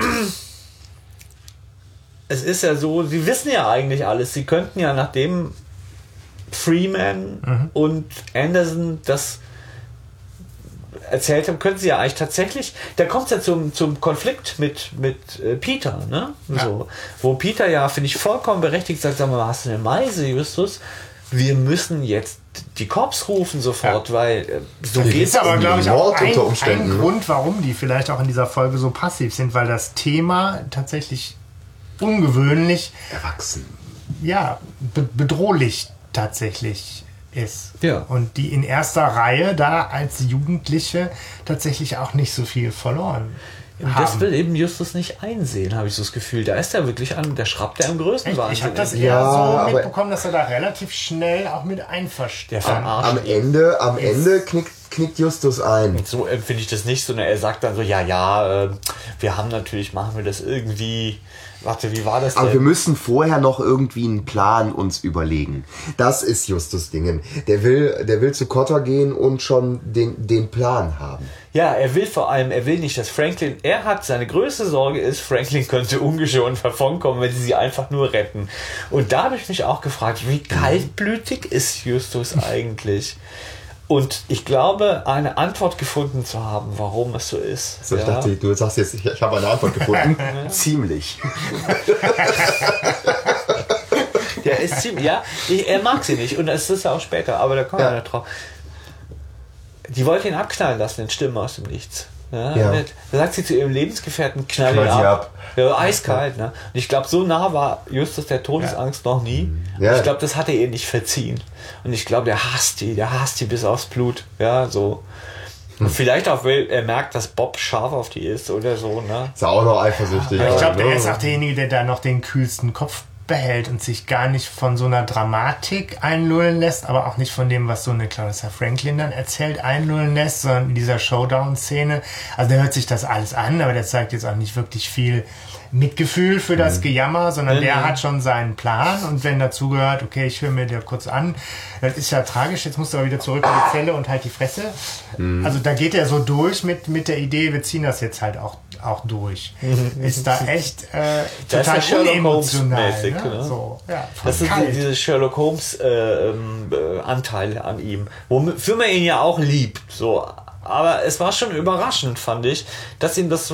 Es ist ja so, sie wissen ja eigentlich alles. Sie könnten ja, nachdem Freeman und Anderson das erzählt haben, können sie ja eigentlich tatsächlich, da kommt es ja zum Konflikt mit Peter, ne? So, wo Peter ja, finde ich, vollkommen berechtigt sagt, sag mal, hast du eine Meise, Justus? Wir müssen jetzt die Cops rufen sofort, weil so geht es.
Ist aber, glaube ich, auch ein Grund, warum die vielleicht auch in dieser Folge so passiv sind, weil das Thema tatsächlich ungewöhnlich
erwachsen,
bedrohlich tatsächlich ist.
Ja.
Und die in erster Reihe da als Jugendliche tatsächlich auch nicht so viel verloren haben.
Das will eben Justus nicht einsehen, habe ich so das Gefühl. Da ist er wirklich da schrappt er am größten Wahnsinn.
Ich habe das eher so mitbekommen, dass er da relativ schnell auch mit einversteht.
Am Ende knickt Justus ein.
Und so empfinde ich das nicht, sondern er sagt dann so, wir haben natürlich, machen wir das irgendwie. Warte, wie war das denn?
Aber wir müssen vorher noch irgendwie einen Plan uns überlegen. Das ist Justus Dingen. Der will zu Cotter gehen und schon den Plan haben.
Ja, er will nicht, dass Franklin, seine größte Sorge ist, Franklin könnte ungeschont davonkommen, wenn sie sie einfach nur retten. Und da habe ich mich auch gefragt, wie kaltblütig ist Justus eigentlich? Und ich glaube, eine Antwort gefunden zu haben, warum es so ist.
So, ich dachte, du sagst jetzt, ich habe eine Antwort gefunden. Ziemlich.
Der ist ziemlich, er mag sie nicht. Und das ist ja auch später, aber da kommen wir nicht drauf. Die wollte ihn abknallen lassen, in Stimmen aus dem Nichts. Da sagt sie zu ihrem Lebensgefährten, knall ihn ab. Ja, eiskalt. Ne? Und ich glaube, so nah war Justus der Todesangst noch nie. Ja. Ich glaube, das hat er ihr nicht verziehen. Und ich glaube, der hasst die bis aufs Blut. Ja, so. Und vielleicht auch, weil er merkt, dass Bob scharf auf die ist oder so. Ne?
Ist auch noch eifersüchtig.
Ja. Ich glaube, der ist auch derjenige, der da noch den kühlsten Kopf behält und sich gar nicht von so einer Dramatik einlullen lässt, aber auch nicht von dem, was so eine Clarissa Franklin dann erzählt, einlullen lässt, sondern in dieser Showdown-Szene. Also der hört sich das alles an, aber der zeigt jetzt auch nicht wirklich viel Mitgefühl für das Gejammer, sondern der hat schon seinen Plan und wenn dazu gehört, okay, ich höre mir dir kurz an, das ist ja tragisch, jetzt musst du aber wieder zurück in die Zelle und halt die Fresse. Also da geht er so durch mit der Idee, wir ziehen das jetzt halt auch durch. Ist da echt total
ist ja
unemotional.
Ne? So, das ist diese Sherlock Holmes Anteil an ihm, wofür man ihn ja auch liebt. So. Aber es war schon überraschend, fand ich, dass ihm das so...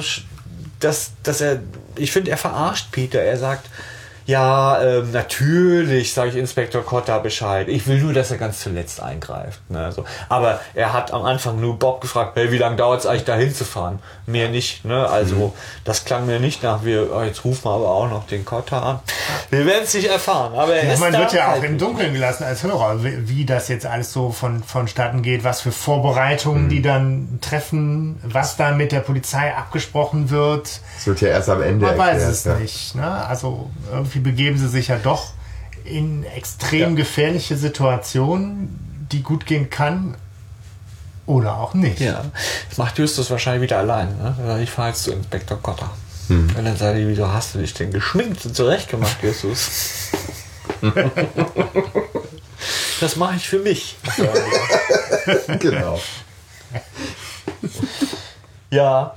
ich finde, er verarscht Peter. Er sagt, natürlich sage ich Inspektor Cotter Bescheid. Ich will nur, dass er ganz zuletzt eingreift. Ne, so. Aber er hat am Anfang nur Bob gefragt, hey, wie lange dauert es eigentlich da hinzufahren? Mehr nicht. Ne? Also das klang mir nicht nach, jetzt rufen wir aber auch noch den Cotter an. Wir werden es nicht erfahren. Aber
man wird ja auch im Dunkeln gelassen als Hörer, wie das jetzt alles so vonstatten geht, was für Vorbereitungen die dann treffen, was dann mit der Polizei abgesprochen wird.
Das wird ja erst am Ende
Man weiß es nicht. Ne? Also irgendwie begeben sie sich ja doch in extrem gefährliche Situationen, die gut gehen kann oder auch nicht.
Ja, das macht Justus wahrscheinlich wieder allein. Ne? Ich fahre jetzt zu Inspektor Cotter. Und dann sagt er, wieso hast du dich denn geschminkt und zurechtgemacht, Justus? Das mache ich für mich.
Genau.
Ja,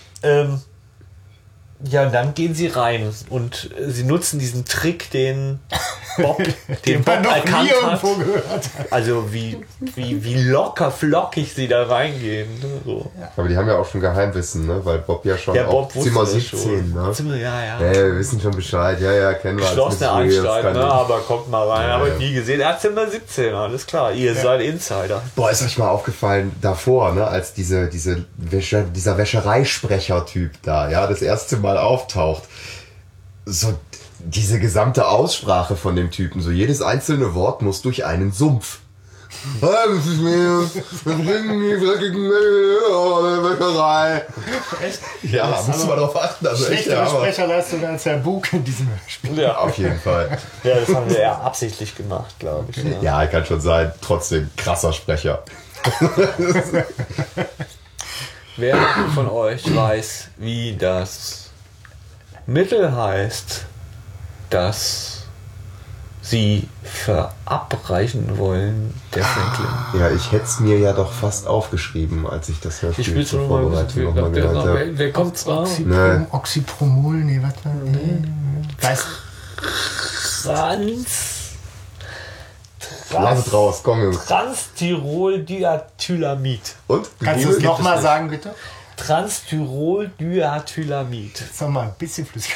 ja, und dann gehen sie rein und sie nutzen diesen Trick, den Bob erkannt hat. Also wie locker flockig sie da reingehen. So.
Aber die haben ja auch schon Geheimwissen, ne? Weil Bob ja schon
Bob
auf Zimmer
wusste das
17, ne?
Zimmer, ja.
Ja, wir wissen schon Bescheid. Ja, kennen wir.
Geschlossene Anstalt, ne? Aber kommt mal rein.
Ja,
Habe
ja.
ich nie gesehen. Er hat Zimmer 17, alles klar. Ihr seid Insider.
Boah, ist euch mal aufgefallen davor, ne? Als dieser Wäschereisprecher-Typ da, ja, das erste Mal auftaucht. So diese gesamte Aussprache von dem Typen, so jedes einzelne Wort muss durch einen Sumpf. Das ist mir, wir bringen die dreckigen Wäscherei.
Echt?
Ja, musst du mal drauf achten. Also echt,
Schlechtere Sprecherleistung als Herr Bug in diesem Hörspiel.
Ja,
auf jeden Fall.
ja, das haben wir eher absichtlich gemacht, glaube ich.
Ja, kann schon sein. Trotzdem krasser Sprecher.
Wer von euch weiß, wie das Mittel heißt, das sie verabreichen wollen, der Franklin?
Ja, ich hätte es mir ja doch fast aufgeschrieben, als ich das Hörspiel zur Vorbereitung nochmal gehört habe.
Wer kommt's raus?
Oxypromol, nee, was war das?
Lass es raus, komm Jungs.
Transtyrol-Diethylamid.
Und?
Kannst du es nochmal sagen, bitte?
Transtyrol-Diethylamid.
Sag mal, ein bisschen flüssiger.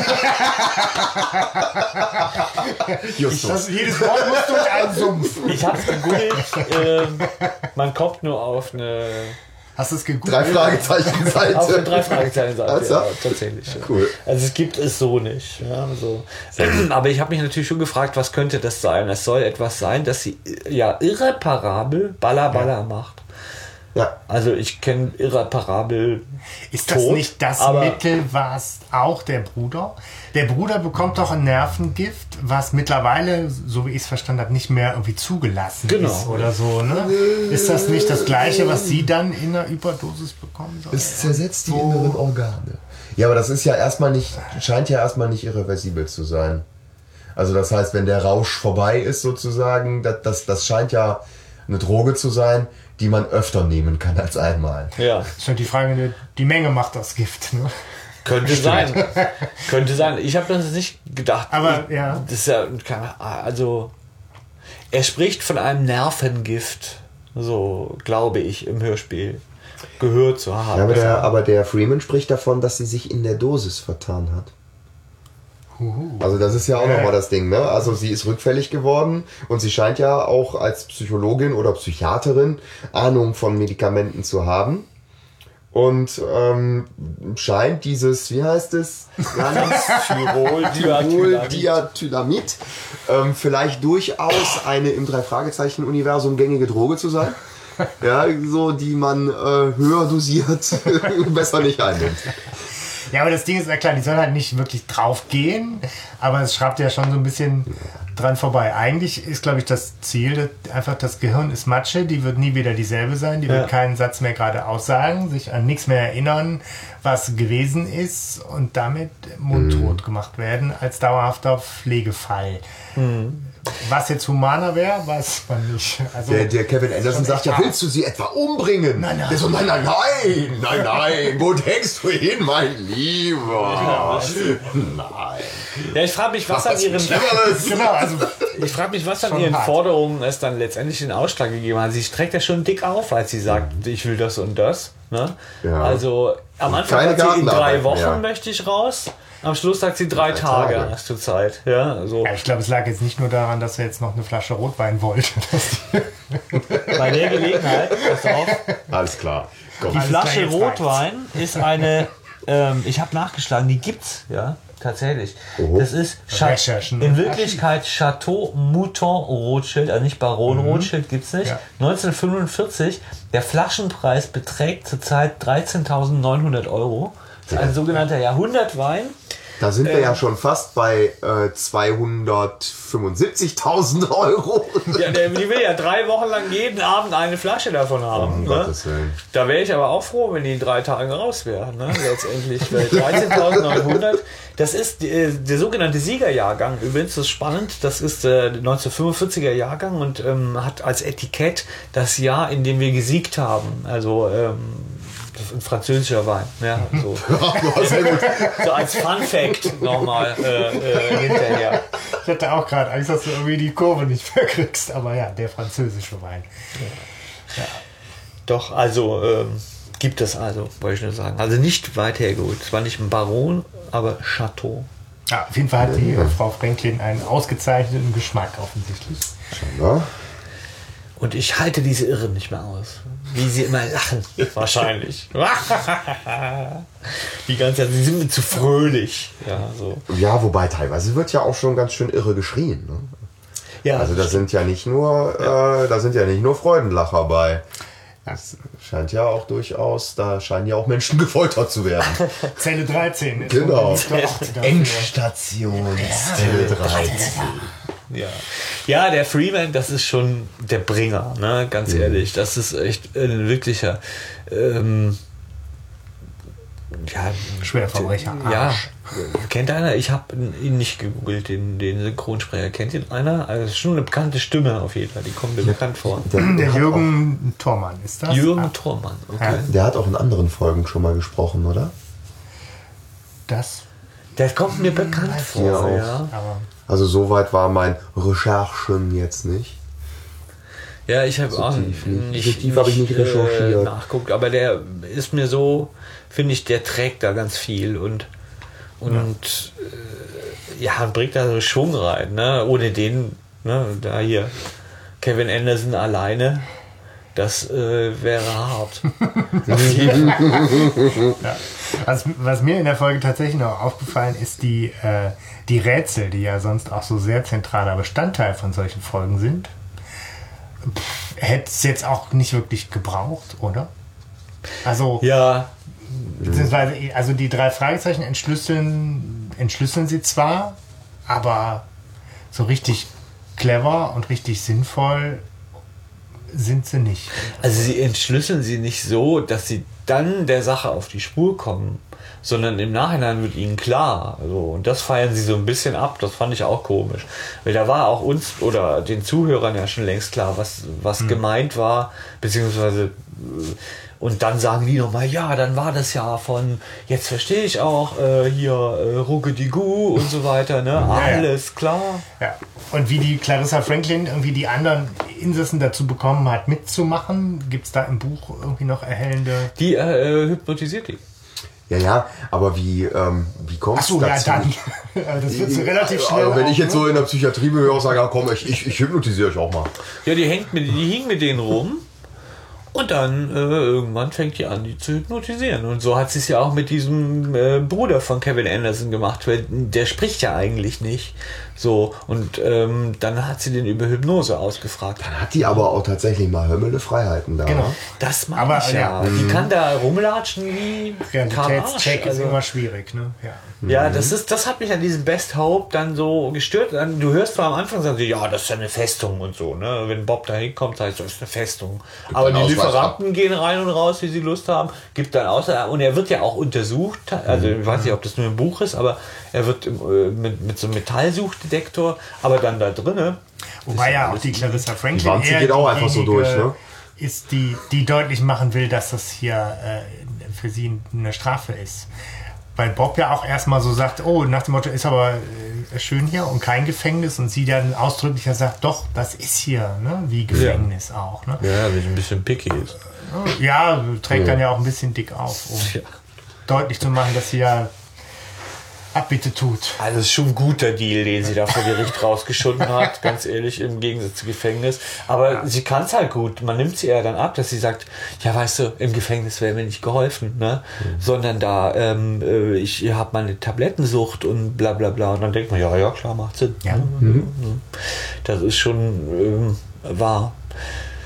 Justus.
Jedes Wort muss durch einen Sumpf.
Ich hab's gegoogelt. Man kommt nur auf eine...
Hast du es gegoogelt?
3 Fragezeichen-Seite.
Auf eine 3 Fragezeichen-Seite,
Also?
ja, tatsächlich. Ja.
Cool.
Also es gibt es so nicht. Ja, so. Aber ich habe mich natürlich schon gefragt, was könnte das sein? Es soll etwas sein, dass sie ja irreparabel Balla macht.
Ja.
Also ich kenne irreparabel
Ist das
tot,
nicht das
aber
Mittel, was auch der Bruder? Der Bruder bekommt doch ein Nervengift, was mittlerweile, so wie ich es verstanden habe, nicht mehr irgendwie zugelassen ist oder so. Ne? Ist das nicht das Gleiche, was sie dann in einer Überdosis bekommen soll?
Es zersetzt die inneren Organe. Ja, aber das ist ja erstmal nicht, scheint ja erstmal nicht irreversibel zu sein. Also das heißt, wenn der Rausch vorbei ist sozusagen, das scheint ja eine Droge zu sein, die man öfter nehmen kann als einmal.
ja,
Ist halt die Frage, die Menge macht das Gift. Ne?
könnte sein. Könnte sein. Ich habe das nicht gedacht.
Aber, ja.
Das ist ja also er spricht von einem Nervengift, so glaube ich im Hörspiel gehört zu haben.
Ja, aber der Freeman spricht davon, dass sie sich in der Dosis vertan hat. Also das ist ja auch nochmal das Ding, ne? Also sie ist rückfällig geworden und sie scheint ja auch als Psychologin oder Psychiaterin Ahnung von Medikamenten zu haben. Und scheint dieses, wie heißt es? Tyrol-Diethylamid vielleicht durchaus eine im 3-Fragezeichen-Universum gängige Droge zu sein. Ja, so die man höher dosiert besser nicht einnimmt.
Ja, aber das Ding ist ja klar, die sollen halt nicht wirklich drauf gehen, aber es schreibt ja schon so ein bisschen dran vorbei. Eigentlich ist, glaube ich, das Ziel, einfach das Gehirn ist Matsche, die wird nie wieder dieselbe sein, die wird keinen Satz mehr gerade aussagen, sich an nichts mehr erinnern, was gewesen ist und damit mundtot gemacht werden als dauerhafter Pflegefall. Was jetzt humaner wäre, weiß man nicht. Also,
Der Kevin Anderson sagt ja, willst du sie etwa umbringen?
Nein.
Der so, nein, wo denkst du hin, mein Lieber? Nein.
Ja, ich frage mich, was an ihren Forderungen es dann letztendlich den Ausschlag gegeben hat. Sie streckt ja schon dick auf, als sie sagt, ich will das und das. Ne?
Ja.
Also am Anfang
Keine
sagt sie, in 3
Gartenarbeit
Wochen
mehr.
möchte ich raus. Am Schluss sagt sie 3 Tage hast du Zeit. Ja, also.
ja, ich glaube, es lag jetzt nicht nur daran, dass er jetzt noch eine Flasche Rotwein wollte.
Bei der Gelegenheit, pass auf,
Alles klar. Komm.
die
Alles
Flasche
klar, jetzt
Rotwein ist eine, ich habe nachgeschlagen, die gibt's, ja, tatsächlich.
Oh.
Das ist
Recherchen.
in Wirklichkeit Chateau Mouton Rothschild, also nicht Baron Rothschild gibt's nicht.
Ja.
1945, der Flaschenpreis beträgt zurzeit 13.900 €. Das ist ein sogenannter Jahrhundertwein.
Da sind wir ja schon fast bei 275.000 Euro.
Ja, die will ja 3 Wochen lang jeden Abend eine Flasche davon haben. Ne? Da wäre ich aber auch froh, wenn die in 3 Tagen raus wäre. Ne? Letztendlich 13.900. Das ist der sogenannte Siegerjahrgang. Übrigens, das ist spannend. Das ist der 1945er Jahrgang und hat als Etikett das Jahr, in dem wir gesiegt haben. Also das ist ein französischer Wein. Ja, so. So als Fun Fact nochmal hinterher.
Ich hatte auch gerade Angst, dass du irgendwie die Kurve nicht verkriegst. Aber ja, der französische Wein.
Ja. Doch, also gibt es also, wollte ich nur sagen. Also nicht weit hergeholt. Es war nicht ein Baron, aber Chateau.
Ja, auf jeden Fall hat die Frau Franklin einen ausgezeichneten Geschmack offensichtlich.
Ja.
Und ich halte diese Irren nicht mehr aus. Wie sie immer lachen. Wahrscheinlich. Die ganze Zeit, sie sind mir zu fröhlich. Ja, so.
Ja, wobei teilweise wird ja auch schon ganz schön irre geschrien. Ne?
Ja,
also da sind ja nicht nur Freudenlacher bei. Das scheint ja auch durchaus, da scheinen ja auch Menschen gefoltert zu werden.
Zelle 13.
Genau. Endstation Zelle 13.
Ja, der Freeman, das ist schon der Bringer, ne? Ganz ehrlich. Das ist echt ein wirklicher
Schwerverbrecher.
Ja, kennt einer? Ich habe ihn nicht gegoogelt, den Synchronsprecher. Kennt ihn einer? Also schon eine bekannte Stimme auf jeden Fall, die kommt mir bekannt vor.
Der Jürgen Thormann ist das?
Jürgen Thormann, okay.
Der hat auch in anderen Folgen schon mal gesprochen, oder?
Der kommt mir bekannt vor, ja.
Also soweit war mein Recherchen jetzt nicht.
Ja, ich habe auch
nicht recherchiert.
nachguckt, aber der ist mir so, finde ich, der trägt da ganz viel und bringt da so Schwung rein, ne? Ohne den, ne, da hier Kevin Anderson alleine, das wäre hart.
Ja. Was mir in der Folge tatsächlich noch aufgefallen ist, die Rätsel, die ja sonst auch so sehr zentraler Bestandteil von solchen Folgen sind, hätte es jetzt auch nicht wirklich gebraucht, oder? Also,
ja.
Beziehungsweise, also die 3 Fragezeichen entschlüsseln sie zwar, aber so richtig clever und richtig sinnvoll sind sie nicht.
Also sie entschlüsseln sie nicht so, dass sie dann der Sache auf die Spur kommen, sondern im Nachhinein wird ihnen klar. Also, und das feiern sie so ein bisschen ab, das fand ich auch komisch. Weil da war auch uns oder den Zuhörern ja schon längst klar, was gemeint war, beziehungsweise und dann sagen die nochmal, ja, dann war das ja von, jetzt verstehe ich auch, hier Ruggedigu und so weiter, ne? Alles klar.
Ja. Und wie die Clarissa Franklin irgendwie die anderen Insassen dazu bekommen hat, mitzumachen, gibt es da im Buch irgendwie noch erhellende...
Die hypnotisiert die.
Ja, aber wie kommt es dazu?
Ja, dann. Das wird so relativ schnell.
Also wenn ich jetzt so in der Psychiatrie bin, würde ich auch sagen, ja, komm, ich hypnotisiere euch auch mal.
Ja, die hing mit denen rum. Und dann irgendwann fängt die an, die zu hypnotisieren. Und so hat sie es ja auch mit diesem Bruder von Kevin Anderson gemacht, weil der spricht ja eigentlich nicht. So, und dann hat sie den über Hypnose ausgefragt.
Dann hat die aber auch tatsächlich mal hörmelde Freiheiten da.
Genau.
Das meine ich ja. Die kann da rumlatschen wie
Realitätscheck ist immer schwierig, ne? Ja.
Ja, das hat mich an diesem Best Hope dann so gestört. Du hörst zwar am Anfang, sagen sie, ja, das ist ja eine Festung und so, ne? Wenn Bob da hinkommt, heißt das ist eine Festung. Aber die Lieferanten gehen rein und raus, wie sie Lust haben, gibt dann aus. Und er wird ja auch untersucht, also ich weiß nicht, ob das nur im Buch ist, aber er wird mit so einem Metallsuchdetektor, aber dann da drinnen.
Wobei ja auch die Clarissa Franklin
geht auch einfach so durch, ne?
Ist die deutlich machen will, dass das hier für sie eine Strafe ist. Weil Bob ja auch erstmal so sagt, oh, nach dem Motto, ist aber schön hier und kein Gefängnis, und sie dann ausdrücklich sagt, doch, das ist hier, ne, wie Gefängnis auch. Ne?
Ja, weil ich ein bisschen picky ist.
Ja, trägt dann ja auch ein bisschen dick auf, um deutlich zu machen, dass sie ja Abbitte tut.
Also es ist schon ein guter Deal, den sie da vor Gericht rausgeschunden hat, ganz ehrlich, im Gegensatz zu Gefängnis. Aber sie kann es halt gut. Man nimmt sie ja dann ab, dass sie sagt, ja, weißt du, im Gefängnis wäre mir nicht geholfen, ne? Sondern da, ich habe meine Tablettensucht und bla bla bla. Und dann denkt man, ja, klar, macht Sinn.
Ja.
Das ist schon wahr.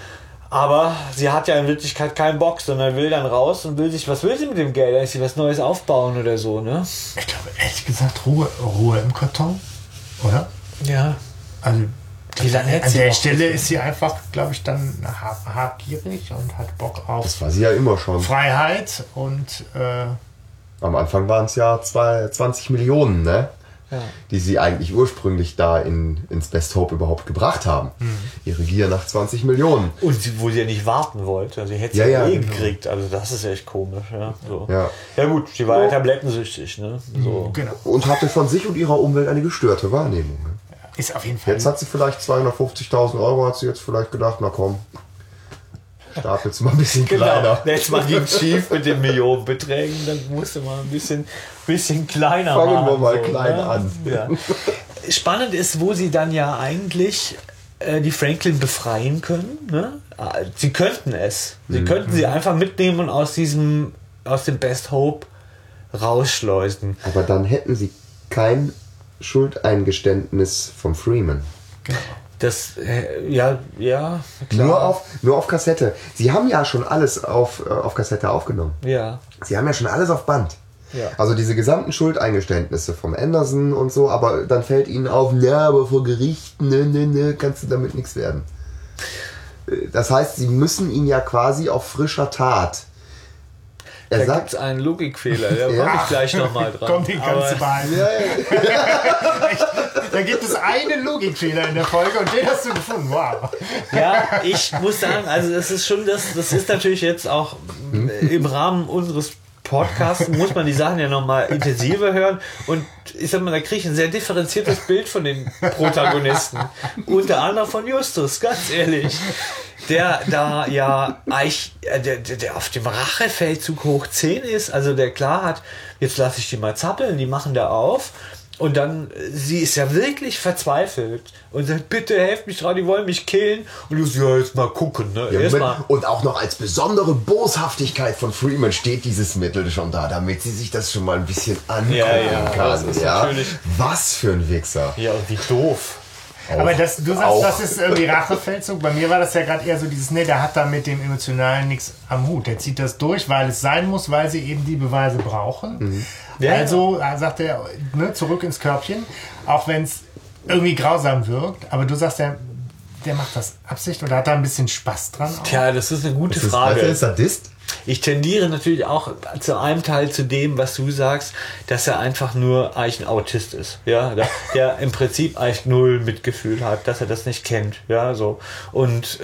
Aber sie hat ja in Wirklichkeit keinen Bock, sondern will dann raus und was will sie mit dem Geld? Ist sie was Neues aufbauen oder so, ne?
Ich glaube, ehrlich gesagt, Ruhe im Karton, oder?
Ja.
Also,
Wie lange hätte
an
sie
der
noch
Stelle
bis-
ist sie einfach, glaube ich, dann habgierig und hat Bock auf
Das war sie ja immer schon.
Freiheit und
Am Anfang waren es ja 20 Millionen, ne?
Ja.
Die sie eigentlich ursprünglich da ins Best Hope überhaupt gebracht haben. Ihre Gier nach 20 Millionen.
Und wo sie ja nicht warten wollte. Also sie hätte
Ja,
sie
ja,
eh
genau.
gekriegt. Also das ist echt komisch. Ja, so.
Ja.
Gut, sie war ja tablettensüchtig. Ne? So.
genau.
Und hatte von sich und ihrer Umwelt eine gestörte Wahrnehmung. Ne?
Ist auf jeden Fall.
Jetzt hat sie vielleicht 250.000 Euro, hat sie jetzt vielleicht gedacht, na komm, stapelst mal ein bisschen kleiner.
Jetzt mal ging schief mit den Millionenbeträgen, dann musste man ein bisschen kleiner
Fangen
machen.
wir mal
so,
klein
ne?
an.
Ja. Spannend ist, wo sie dann ja eigentlich die Franklin befreien können. Ne? Sie könnten es. Sie könnten sie einfach mitnehmen und aus dem Best Hope rausschleusen.
Aber dann hätten sie kein Schuldeingeständnis von Freeman.
Das, ja, klar.
Nur auf Kassette. Sie haben ja schon alles auf Kassette aufgenommen.
Ja.
Sie haben ja schon alles auf Band.
Ja.
Also diese gesamten Schuldeingeständnisse vom Anderson und so, aber dann fällt ihnen auf, ja, aber vor Gericht, ne, kannst du damit nichts werden. Das heißt, sie müssen ihn ja quasi auf frischer Tat. Er
Da
sagt,
gibt es einen Logikfehler, da
Ja.
komme ich gleich nochmal dran.
Komm, den kannst du
Aber-
behalten. Da gibt es einen Logikfehler in der Folge und den hast du gefunden. Wow.
Ja, ich muss sagen, also das ist schon das ist natürlich jetzt auch im Rahmen unseres Podcasts muss man die Sachen ja nochmal intensiver hören und ich sag mal, da kriege ich ein sehr differenziertes Bild von den Protagonisten. Unter anderem von Justus, ganz ehrlich. Der da ja eigentlich, der auf dem Rachefeldzug hoch 10 ist, also der klar hat, jetzt lasse ich die mal zappeln, die machen da auf. Und dann, sie ist ja wirklich verzweifelt und sagt, bitte helft mich dran, die wollen mich killen. Und du sagst, ja, jetzt mal gucken, ne?
ja,
Erstmal.
und auch noch als besondere Boshaftigkeit von Freeman steht dieses Mittel schon da, damit sie sich das schon mal ein bisschen angucken
Ja,
kann.
das ist natürlich-
Was für ein Wichser.
Ja, und wie doof.
Aber du sagst,
auch.
das ist irgendwie Rachefeldzug. Bei mir war das ja gerade eher so dieses, ne, der hat da mit dem Emotionalen nichts am Hut. Der zieht das durch, weil es sein muss, weil sie eben die Beweise brauchen.
Ja,
Also sagt er, ne, zurück ins Körbchen, auch wenn es irgendwie grausam wirkt. Aber du sagst, der macht das Absicht oder hat da ein bisschen Spaß dran? Auch?
Tja, das ist eine gute
Das
Frage.
ist Sadist?
Ich tendiere natürlich auch zu einem Teil zu dem, was du sagst, dass er einfach nur eigentlich ein Autist ist. Ja, der im Prinzip eigentlich null Mitgefühl hat, dass er das nicht kennt. Ja, so. Und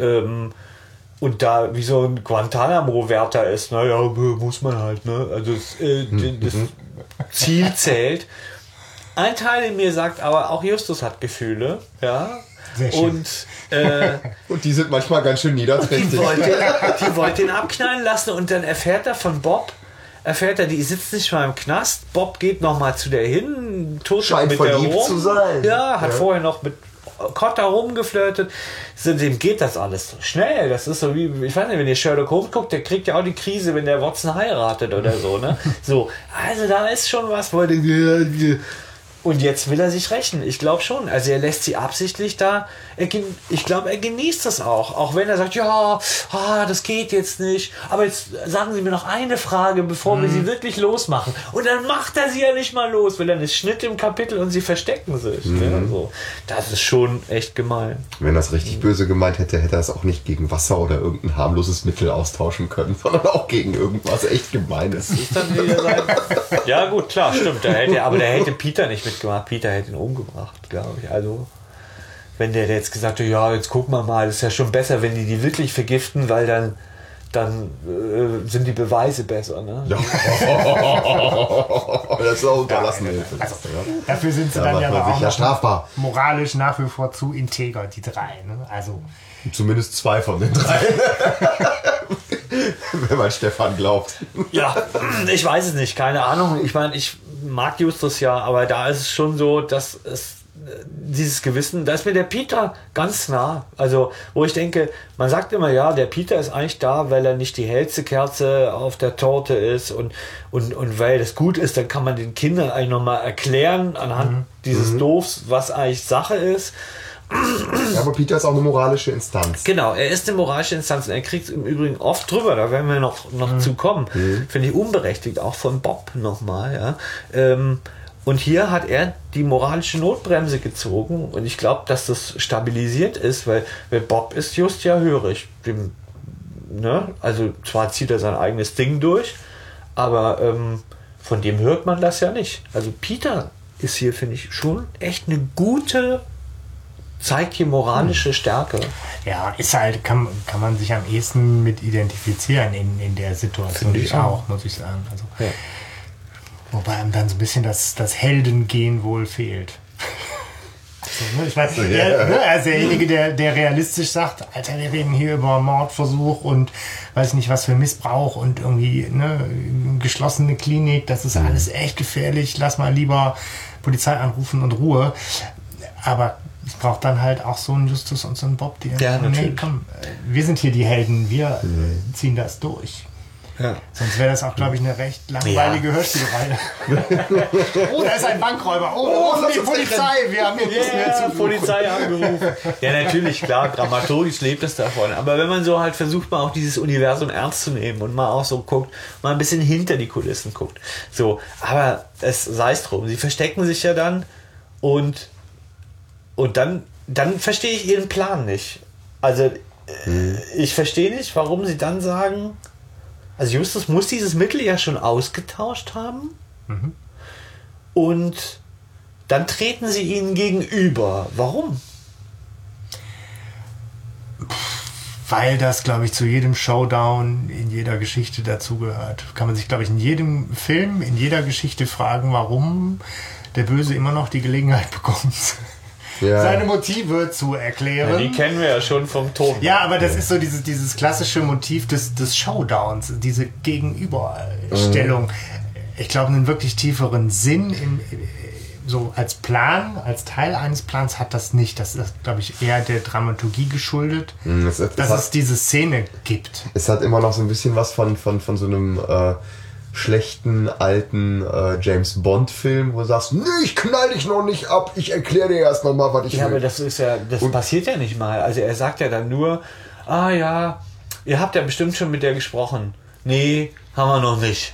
da wie so ein Guantanamo-Wärter ist, naja, muss man halt, ne? Also das Ziel zählt. Ein Teil in mir sagt aber, auch Justus hat Gefühle, ja.
Sehr schön.
Und
Und die sind manchmal ganz schön niederträchtig.
die wollte ihn abknallen lassen und dann erfährt er von Bob, die sitzt nicht mal im Knast. Bob geht nochmal zu der hin, tot
Scheint
mit der
verliebt
rum.
zu sein.
Ja, hat vorher noch mit Cotta rumgeflirtet. Dem geht das alles so schnell. Das ist so wie, ich weiß nicht, wenn ihr Sherlock Holmes guckt, der kriegt ja auch die Krise, wenn der Watson heiratet oder so, ne? So, also da ist schon was, wo und jetzt will er sich rächen. Ich glaube schon. Also er lässt sie absichtlich da. Ich glaube, er genießt das auch wenn er sagt, ja, das geht jetzt nicht. Aber jetzt sagen Sie mir noch eine Frage, bevor wir sie wirklich losmachen. Und dann macht er sie ja nicht mal los, weil dann ist Schnitt im Kapitel und sie verstecken sich. Ja, so. Das ist schon echt gemein.
Wenn er es richtig böse gemeint hätte, hätte er es auch nicht gegen Wasser oder irgendein harmloses Mittel austauschen können, sondern auch gegen irgendwas echt Gemeines.
Ist dann wieder sein. Ja gut, klar, stimmt. Aber der hätte Peter nicht mitgemacht. Peter hätte ihn umgebracht, glaube ich. Also wenn der jetzt gesagt hat, ja, jetzt gucken wir mal, das ist ja schon besser, wenn die wirklich vergiften, weil dann sind die Beweise besser. Ne?
Ja. Das ist auch unterlassene Hilfe.
Also, dafür sind sie
Da
dann
macht
ja
man
aber
sich
auch
ja
noch
strafbar.
moralisch nach wie vor zu integer, die drei. Ne? Also
Zumindest 2 von den 3. Wenn man Stefan glaubt.
Ja, ich weiß es nicht, keine Ahnung. Ich meine, ich mag Justus ja, aber da ist es schon so, dass es dieses Gewissen, da ist mir der Peter ganz nah. Also, wo ich denke, man sagt immer, ja, der Peter ist eigentlich da, weil er nicht die hellste Kerze auf der Torte ist und weil das gut ist, dann kann man den Kindern eigentlich nochmal erklären, anhand dieses Doofs, was eigentlich Sache ist.
Ja, aber Peter ist auch eine moralische Instanz.
Genau, er ist eine moralische Instanz und er kriegt im Übrigen oft drüber, da werden wir noch zu kommen. Finde ich unberechtigt, auch von Bob nochmal. Ja. Und hier hat er die moralische Notbremse gezogen und ich glaube, dass das stabilisiert ist, weil Bob ist just ja hörig. Also zwar zieht er sein eigenes Ding durch, aber von dem hört man das ja nicht. Also Peter ist hier, finde ich, schon echt eine gute, zeigt hier moralische Stärke.
Ja, ist halt, kann man sich am ehesten mit identifizieren in der Situation,
Finde ich auch,
muss ich sagen. Also,
Ja.
wobei einem dann so ein bisschen das Heldengehen wohl fehlt. So, ne? Ich weiß, er ist derjenige, der realistisch sagt, Alter, wir reden hier über Mordversuch und weiß nicht was für Missbrauch und irgendwie geschlossene Klinik, das ist alles echt gefährlich, lass mal lieber Polizei anrufen und Ruhe. Aber es braucht dann halt auch so einen Justus und so einen Bob, die
natürlich.
Nee, komm, wir sind hier die Helden, wir ziehen das durch.
Ja.
Sonst wäre das auch, glaube ich, eine recht langweilige Hörspielreihe. Oh, da ist ein Bankräuber. Oh, die Polizei, wir haben hier nichts mehr zu tun.
Polizei angerufen. Ja, natürlich, klar, dramaturgisch lebt es davon. Aber wenn man so halt versucht, mal auch dieses Universum ernst zu nehmen und mal auch so guckt, mal ein bisschen hinter die Kulissen guckt. So, aber es sei es drum. Sie verstecken sich ja dann und dann verstehe ich ihren Plan nicht. Also, ich verstehe nicht, warum sie dann sagen, also Justus muss dieses Mittel ja schon ausgetauscht haben und dann treten sie ihnen gegenüber. Warum?
Weil das, glaube ich, zu jedem Showdown in jeder Geschichte dazugehört. Kann man sich, glaube ich, in jedem Film, in jeder Geschichte fragen, warum der Böse immer noch die Gelegenheit bekommt, seine Motive zu erklären.
Ja, die kennen wir ja schon vom Ton.
Ja, aber das ist so dieses klassische Motiv des Showdowns, diese Gegenüberstellung. Ich glaube, einen wirklich tieferen Sinn so als Plan, als Teil eines Plans hat das nicht. Das ist, glaube ich, eher der Dramaturgie geschuldet, dass es diese Szene gibt.
Es hat immer noch so ein bisschen was von so einem schlechten alten James Bond Film, wo du sagst, nee, ich knall dich noch nicht ab, ich erkläre dir erst noch mal, was ich will.
Ja, aber das passiert ja nicht mal. Also er sagt ja dann nur, ja, ihr habt ja bestimmt schon mit der gesprochen. Nee, haben wir noch nicht.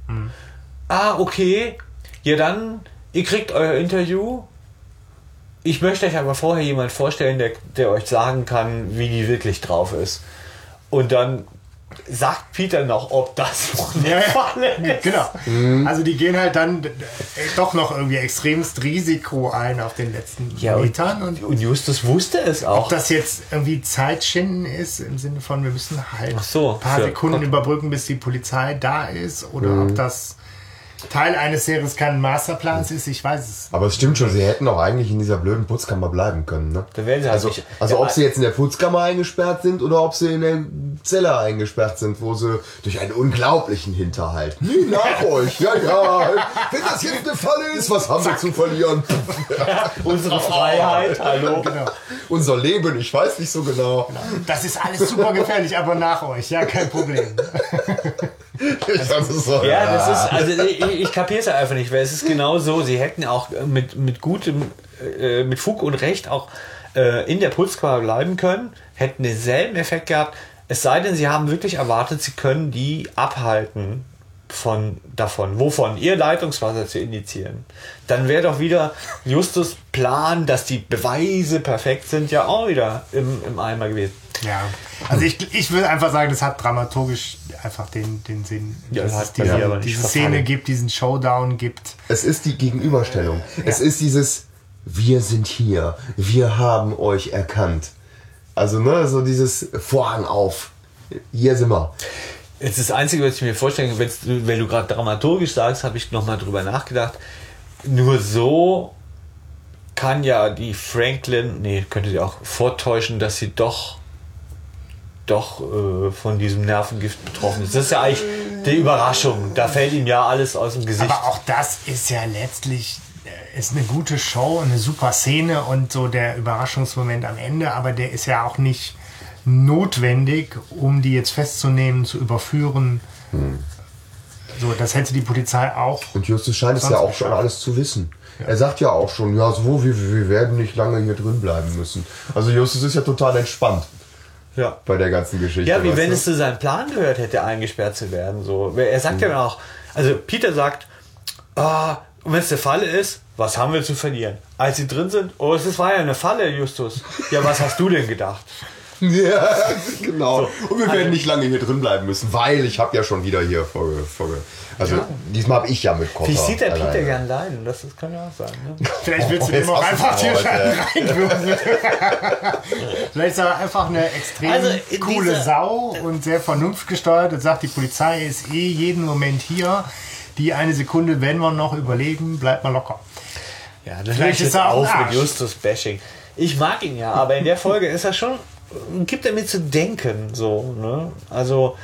Okay, ja dann, ihr kriegt euer Interview. Ich möchte euch aber vorher jemand vorstellen, der euch sagen kann, wie die wirklich drauf ist. Und dann sagt Peter noch, ob das der Fall ist.
Genau. Also die gehen halt dann doch noch irgendwie extremst Risiko ein auf den letzten Metern.
Und Justus wusste es auch.
Ob das jetzt irgendwie Zeitschinden ist, im Sinne von, wir müssen halt
ein
paar Sekunden überbrücken, bis die Polizei da ist, oder ob das Teil eines seriösen Masterplans ist, ich weiß es.
Aber es stimmt schon, sie hätten auch eigentlich in dieser blöden Putzkammer bleiben können. Ne?
Da wären sie halt
also ob sie jetzt in der Putzkammer eingesperrt sind oder ob sie in der Zelle eingesperrt sind, wo sie durch einen unglaublichen Hinterhalt. Nee, nach euch, ja. Wenn das jetzt eine Falle ist, was haben wir zu verlieren?
Unsere Freiheit, hallo.
Genau.
Unser Leben, ich weiß nicht so genau.
Das ist alles super gefährlich, aber nach euch, ja, kein Problem.
Das ist, also ich kapiere es einfach nicht, weil es ist genau so, sie hätten auch mit Fug und Recht auch in der Putzkammer bleiben können, hätten denselben Effekt gehabt, es sei denn, sie haben wirklich erwartet, sie können die abhalten davon, wovon? Ihr Leitungswasser zu injizieren. Dann wäre doch wieder Justus' Plan, dass die Beweise perfekt sind, ja auch wieder im Eimer gewesen.
Ja, also ich würde einfach sagen, das hat dramaturgisch einfach den Sinn, dass es diese Szene gibt, diesen Showdown gibt.
Es ist die Gegenüberstellung. Es ist dieses, wir sind hier, wir haben euch erkannt. Also so dieses Vorhang auf, hier sind wir.
Jetzt das Einzige, was ich mir vorstellen kann, wenn du gerade dramaturgisch sagst, habe ich nochmal drüber nachgedacht. Nur so kann ja die Franklin, könnte sie auch vortäuschen, dass sie doch von diesem Nervengift betroffen ist. Das ist ja eigentlich die Überraschung. Da fällt ihm ja alles aus dem Gesicht.
Aber auch das ist ja letztlich ist eine gute Show, eine super Szene und so der Überraschungsmoment am Ende, aber der ist ja auch nicht notwendig, um die jetzt festzunehmen, zu überführen. So, das hätte die Polizei auch.
Und Justus scheint es ja auch schon alles zu wissen. Ja. Er sagt ja auch schon, ja, so, wir werden nicht lange hier drin bleiben müssen. Also Justus ist ja total entspannt.
Ja.
Bei der ganzen Geschichte.
Ja, wie wenn es zu seinem Plan gehört hätte, eingesperrt zu werden. So. Er sagt ja auch, also Peter sagt, wenn es eine Falle ist, was haben wir zu verlieren? Als sie drin sind, es war ja eine Falle, Justus. Ja, was hast du denn gedacht?
Ja, genau. So, und wir werden nicht lange hier drin bleiben müssen, weil ich habe ja schon wieder hier Also diesmal habe ich ja mit Kotter.
Wie sieht der Peter gern leiden? Das kann ja auch sein. Ne?
Vielleicht willst du dem auch einfach Tierschein reinwürfen. Vielleicht ist er einfach eine extrem coole Sau und sehr vernunftgesteuert und sagt, die Polizei ist jeden Moment hier. Die eine Sekunde werden wir noch überlegen, bleibt mal locker.
Ja, das vielleicht ist er auch mit Justus-Bashing. Ich mag ihn ja, aber in der Folge ist er schon, gibt er mir zu denken, so, ne? Also,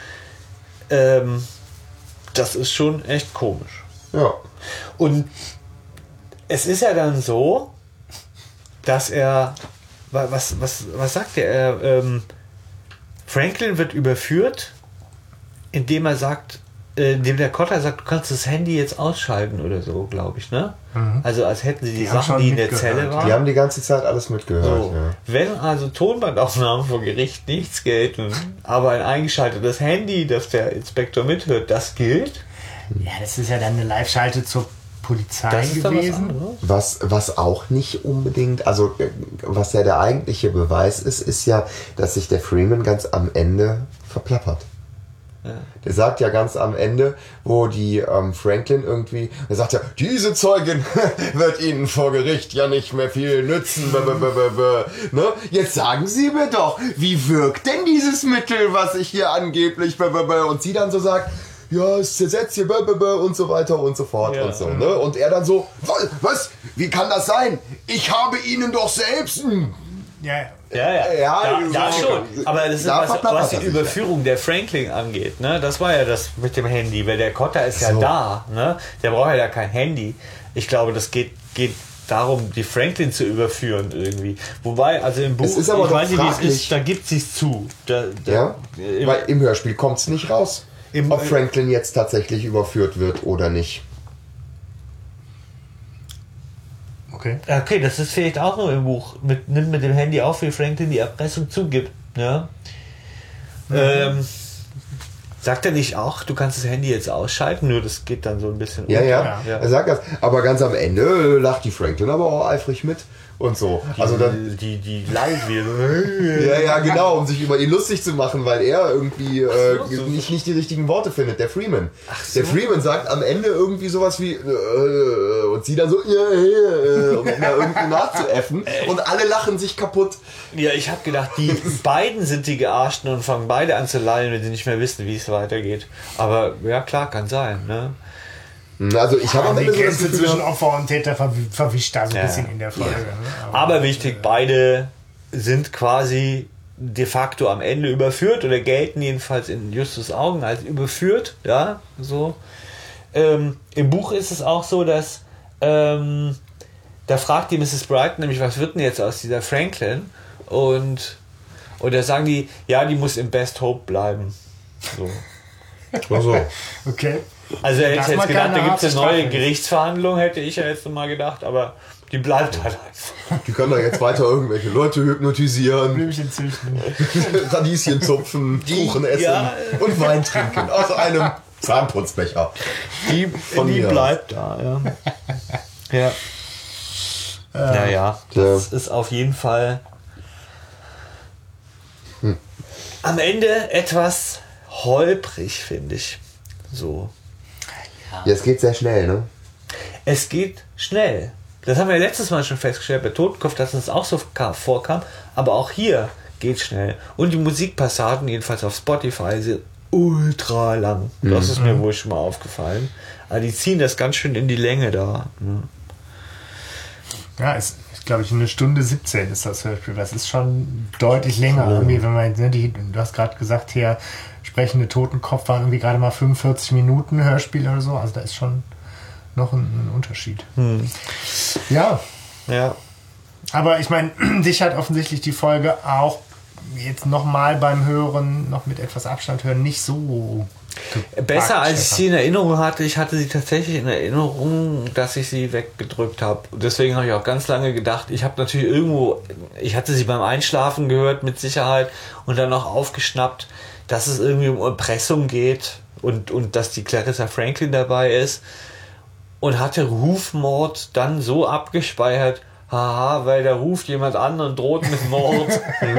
das ist schon echt komisch.
Ja.
Und es ist ja dann so, dass er, was sagt er? Franklin wird überführt, indem er sagt, indem der Kotter sagt, du kannst das Handy jetzt ausschalten oder so, glaube ich, ne? Mhm. Also als hätten sie die Sachen, die in der Zelle waren.
Die haben die ganze Zeit alles mitgehört.
So. Ja. Wenn also Tonbandaufnahmen vor Gericht nichts gelten, aber ein eingeschaltetes Handy, das der Inspektor mithört, das gilt.
Ja, das ist ja dann eine Live-Schalte zur Polizei gewesen.
Was auch nicht unbedingt, also was ja der eigentliche Beweis ist ja, dass sich der Freeman ganz am Ende verplappert. Ja. Der sagt ja ganz am Ende, wo die Franklin irgendwie, er sagt ja, diese Zeugin wird Ihnen vor Gericht ja nicht mehr viel nützen. Ne? Jetzt sagen Sie mir doch, wie wirkt denn dieses Mittel, was ich hier angeblich und sie dann so sagt, ja, es zersetzt hier und so weiter und so fort und so. Ne? Und er dann so, was? Wie kann das sein? Ich habe Ihnen doch selbst...
Ja, schon. Aber das ist was die Überführung der Franklin angeht. Ne? Das war ja das mit dem Handy, weil der Kotter ist ja da. Ne? Der braucht ja kein Handy. Ich glaube, das geht darum, die Franklin zu überführen irgendwie. Wobei, also im Buch,
es ist aber
ich weiß nicht, wie es ist, da gibt sie es zu.
Weil im Hörspiel kommt es nicht raus, ob Franklin jetzt tatsächlich überführt wird oder nicht.
Okay, das ist vielleicht auch nur im Buch. Nimmt mit dem Handy auf, wie Franklin die Erpressung zugibt. Ja? Sagt er nicht auch, du kannst das Handy jetzt ausschalten, nur das geht dann so ein bisschen
unter. Ja, er sagt das. Aber ganz am Ende lacht die Franklin aber auch eifrig mit. Und so.
Die leid wird.
Ja, genau, um sich über ihn lustig zu machen, weil er irgendwie nicht die richtigen Worte findet, der Freeman. Der Freeman sagt am Ende irgendwie sowas wie und sie dann so um ihn da irgendwie nachzuäffen und alle lachen sich kaputt.
Ja, ich habe gedacht, die beiden sind die Gearschten und fangen beide an zu lallen, wenn sie nicht mehr wissen, wie es weitergeht. Aber ja, klar, kann sein, ne?
Also ich habe am Ende
die Grenze zwischen Opfer und Täter verwischt da so ein bisschen in der Folge.
Ja. Ne? Aber wichtig, beide sind quasi de facto am Ende überführt oder gelten jedenfalls in Justus' Augen als überführt. Ja, so. Im Buch ist es auch so, dass da fragt die Mrs. Brighton nämlich, was wird denn jetzt aus dieser Franklin? Und da sagen die, ja, die muss im Best Hope bleiben. So.
Also.
Okay.
Also hätte ich jetzt gedacht, da gibt es eine neue Gerichtsverhandlung, hätte ich ja jetzt mal gedacht, aber die bleibt halt einfach.
Die können da jetzt weiter irgendwelche Leute hypnotisieren,
Blümchen züchten,
Radieschen zupfen, Kuchen essen und Wein trinken aus einem Zahnputzbecher.
Die bleibt da, ja. Naja, das ist auf jeden Fall am Ende etwas holprig, finde ich. So.
Jetzt geht sehr schnell, ne?
Es geht schnell. Das haben wir letztes Mal schon festgestellt bei Totenkopf, dass uns auch so vorkam. Aber auch hier geht schnell. Und die Musikpassagen, jedenfalls auf Spotify, sind ultra lang. Das ist mir wohl schon mal aufgefallen. Aber die ziehen das ganz schön in die Länge da.
Ja, ist glaube ich, 1 Stunde 17 ist das Hörspiel. Das ist schon deutlich länger. Irgendwie, wenn man, du hast gerade gesagt, hier sprechende Totenkopf waren irgendwie gerade mal 45 Minuten Hörspiel oder so. Also da ist schon noch ein Unterschied. Ja. Aber ich meine, dich hat offensichtlich die Folge auch jetzt nochmal beim Hören, noch mit etwas Abstand hören, nicht so
Besser als ich sie in Erinnerung hatte. Ich hatte sie tatsächlich in Erinnerung, dass ich sie weggedrückt habe. Deswegen habe ich auch ganz lange gedacht, ich habe natürlich ich hatte sie beim Einschlafen gehört mit Sicherheit und dann noch aufgeschnappt, dass es irgendwie um Erpressung geht und dass die Clarissa Franklin dabei ist und hatte Rufmord dann so abgespeichert, haha, weil da ruft jemand an und droht mit Mord.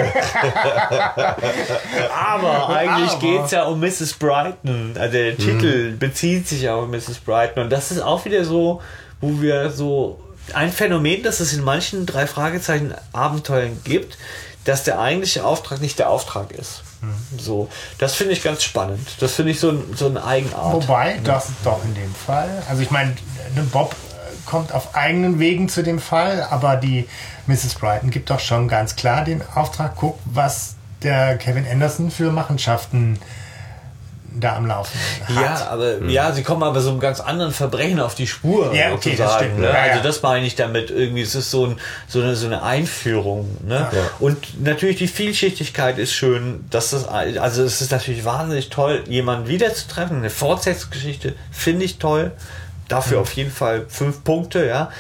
Aber eigentlich geht es ja um Mrs. Brighton. Also der Titel bezieht sich ja auf Mrs. Brighton. Und das ist auch wieder so, wo wir so ein Phänomen, das es in manchen 3 Fragezeichen Abenteuern gibt, dass der eigentliche Auftrag nicht der Auftrag ist. So, das finde ich ganz spannend. Das finde ich so eine Eigenart.
Wobei, das ist doch in dem Fall. Also ich meine, Bob kommt auf eigenen Wegen zu dem Fall, aber die Mrs. Brighton gibt doch schon ganz klar den Auftrag, guck, was der Kevin Anderson für Machenschaften da am Laufen hat.
Ja, aber sie kommen aber so einem ganz anderen Verbrechen auf die Spur.
Ja, okay, das stimmt.
Ne?
Ja,
also das meine ich damit irgendwie. Es ist so eine Einführung. Ne? Ja. Und natürlich die Vielschichtigkeit ist schön. Es ist natürlich wahnsinnig toll, jemanden wiederzutreffen. Eine Fortsetzungsgeschichte finde ich toll. Dafür auf jeden Fall 5 Punkte, ja.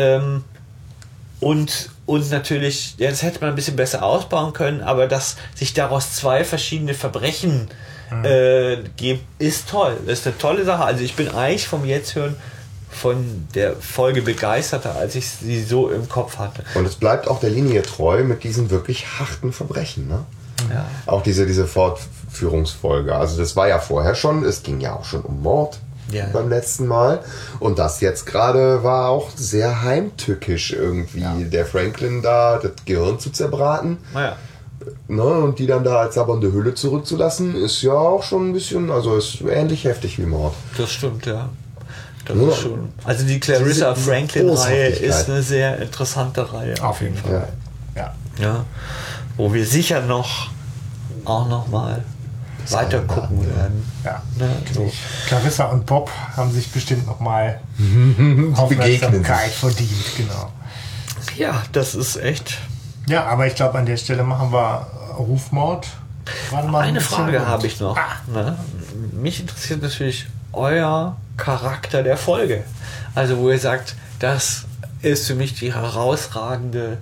Und natürlich, das hätte man ein bisschen besser ausbauen können, aber dass sich daraus 2 verschiedene Verbrechen geben, ist toll. Das ist eine tolle Sache. Also ich bin eigentlich vom Jetzt-Hören von der Folge begeisterter, als ich sie so im Kopf hatte.
Und es bleibt auch der Linie treu mit diesen wirklich harten Verbrechen, ne?
Ja.
Auch diese Fortführungsfolge. Also das war ja vorher schon, es ging ja auch schon um Mord. Ja. Beim letzten Mal. Und das jetzt gerade war auch sehr heimtückisch irgendwie. Ja. Der Franklin da, das Gehirn zu zerbraten.
Ja.
Ne, und die dann da als sabbernde Hülle zurückzulassen, ist ja auch schon ein bisschen, also ist ähnlich heftig wie Mord.
Das stimmt, ja. Das ist schon. Also die Clarissa Franklin-Reihe ist eine sehr interessante Reihe.
Auf jeden Fall.
Ja. Wo wir sicher auch noch mal weiter gucken werden.
Ja. So. Clarissa und Bob haben sich bestimmt noch mal
Aufmerksamkeit
verdient, genau.
Ja, das ist echt.
Ja, aber ich glaube, an der Stelle machen wir Rufmord.
Eine Frage habe ich noch. Ne? Mich interessiert natürlich euer Charakter der Folge. Also wo ihr sagt, das ist für mich der herausragende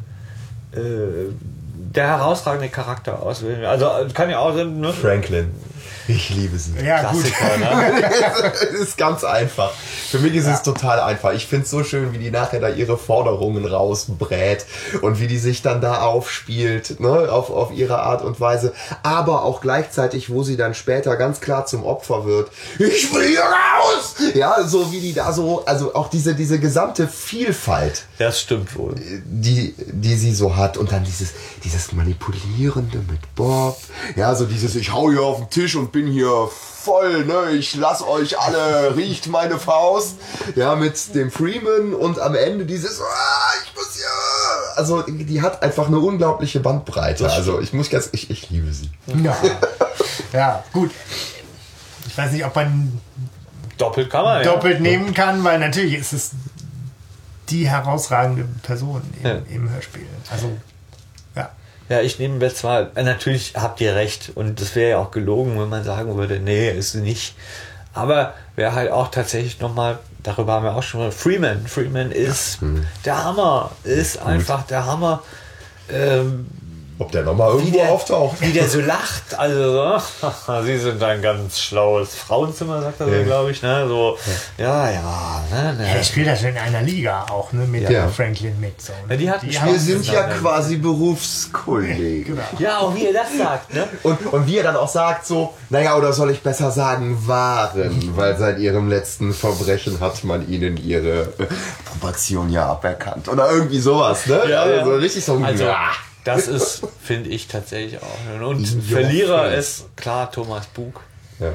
Charakter auswählen. Also kann ja auch sein, ne?
Franklin. Ich liebe sie.
Ja,
Klassiker,
gut.
Ne?
Es ist ganz einfach. Für mich ist es total einfach. Ich finde es so schön, wie die nachher da ihre Forderungen rausbrät und wie die sich dann da aufspielt, ne? auf ihre Art und Weise. Aber auch gleichzeitig, wo sie dann später ganz klar zum Opfer wird. Ich will hier raus! Ja, so wie die da so, also auch diese gesamte Vielfalt.
Das stimmt wohl.
Die sie so hat. Und dann dieses Manipulierende mit Bob. Ja, so dieses, ich hau hier auf den Tisch und bin hier voll, ne, ich lass euch alle, riecht meine Faust, ja, mit dem Freeman und am Ende dieses, ich muss hier, also die hat einfach eine unglaubliche Bandbreite, also ich liebe sie.
Ja. Ja, gut. Ich weiß nicht, ob man doppelt nehmen kann, weil natürlich ist es die herausragende Person im Hörspiel. Also
ja, ich nehme jetzt zwar, natürlich habt ihr recht und das wäre ja auch gelogen, wenn man sagen würde, nee, ist nicht. Aber wäre halt auch tatsächlich nochmal, darüber haben wir auch schon mal, Freeman ist der Hammer, ist einfach der Hammer.
Ob der nochmal irgendwo auftaucht.
Wie der so lacht, also sie sind ein ganz schlaues Frauenzimmer, sagt er so, glaube ich, ne, so, ne.
Er spielt das in einer Liga auch, ne, mit Franklin mit, so.
Ne? Ja,
wir sind ja quasi Berufskollegen.
Genau.
Ja, auch wie er das sagt, ne.
Und wie er dann auch sagt so, naja, oder soll ich besser sagen, waren, weil seit ihrem letzten Verbrechen hat man ihnen ihre Probation ja aberkannt. Oder irgendwie sowas, ne?
Ja,
also richtig so ein
das ist, finde ich tatsächlich auch. Und Verlierer ist klar Thomas Bug.
Ja.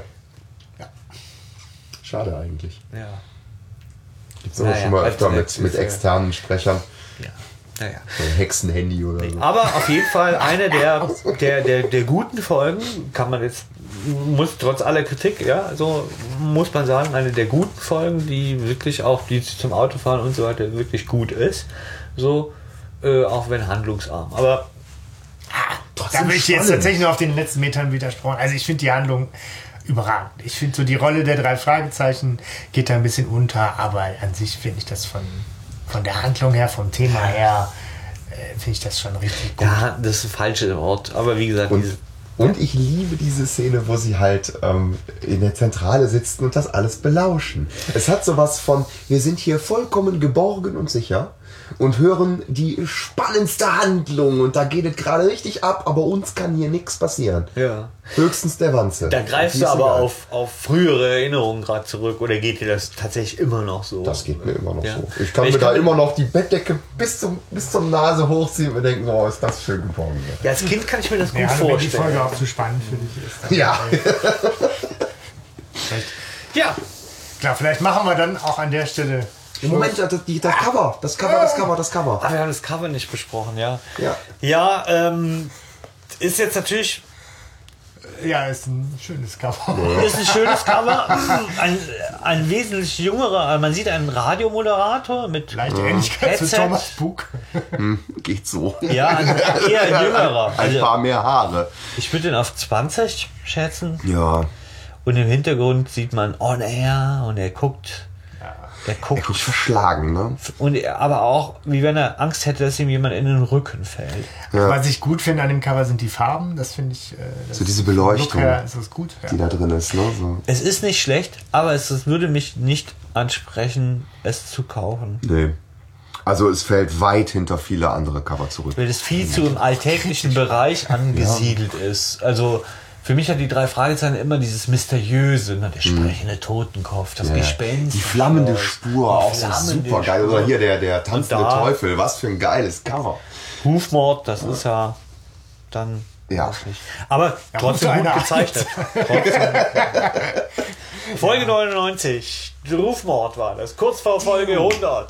Schade eigentlich.
Ja.
Gibt es aber schon mal öfter mit externen Sprechern.
Ja. Naja.
So ein Hexenhandy oder so.
Aber auf jeden Fall eine der guten Folgen, kann man jetzt, muss trotz aller Kritik, ja, so muss man sagen, eine der guten Folgen, die wirklich auch, die zum Autofahren und so weiter wirklich gut ist. So, auch wenn handlungsarm. Aber
da will ich jetzt tatsächlich nur auf den letzten Metern widersprochen. Also ich finde die Handlung überragend. Ich finde so die Rolle der 3 Fragezeichen geht da ein bisschen unter, aber an sich finde ich das von der Handlung her, vom Thema her, finde ich das schon richtig gut.
Ja, das ist ein falsches Wort, aber wie gesagt,
und ich liebe diese Szene, wo sie halt in der Zentrale sitzen und das alles belauschen. Es hat sowas von, wir sind hier vollkommen geborgen und sicher und hören die spannendste Handlung und da geht es gerade richtig ab, aber uns kann hier nichts passieren.
Ja.
Höchstens der Wanze.
Da greifst du aber auf frühere Erinnerungen gerade zurück oder geht dir das tatsächlich immer noch so?
Das geht mir immer noch
Ja.
so. Ich kann mir da immer noch die Bettdecke bis zum Nase hochziehen und mir denken, oh, ist das schön geworden.
Ja, als Kind kann ich mir das gut
Ja, wenn die
vorstellen.
Folge auch zu spannend für dich ist. Dann,
Ja.
Ja,
Klar, vielleicht machen wir dann auch an der Stelle.
Im Moment, das Cover. Das Cover.
wir haben das Cover nicht besprochen, ja.
Ja.
Ja, ist jetzt natürlich
Ja, ist ein schönes Cover.
ist ein schönes Cover. Ein wesentlich jüngerer, man sieht einen Radiomoderator mit
Leichte Ähnlichkeit zu
Headset.
Thomas Bug.
Geht so.
Ja, eher ein jüngerer.
Ein
Also,
paar mehr Haare.
ich würde den auf 20 schätzen.
Ja.
Und im Hintergrund sieht man On Air und er guckt. Er guckt.
Verschlagen, ne?
Und aber auch, wie wenn er Angst hätte, dass ihm jemand in den Rücken fällt.
Ja.
Was ich gut finde an dem Cover sind die Farben. Das finde ich.
So diese Beleuchtung,
Look her ist das gut. Ja.
die da drin ist, ne? So.
Es ist nicht schlecht, aber es würde mich nicht ansprechen, es zu kaufen.
Nee. Also es fällt weit hinter viele andere Cover zurück.
Weil es viel zu im alltäglichen Bereich angesiedelt ist. Also für mich hat die 3 Fragezeichen immer dieses Mysteriöse, ne? Der sprechende Totenkopf, das Gespenst.
Die flammende Spur, auch so super geil. Oder hier der tanzende
da-
Teufel, was für ein geiles Cover.
Rufmord, das ist ja dann
Ja.
weiß nicht. Aber trotzdem
Ruf
gut
einer
gezeichnet. Folge 99, Rufmord war das, kurz vor Folge 100.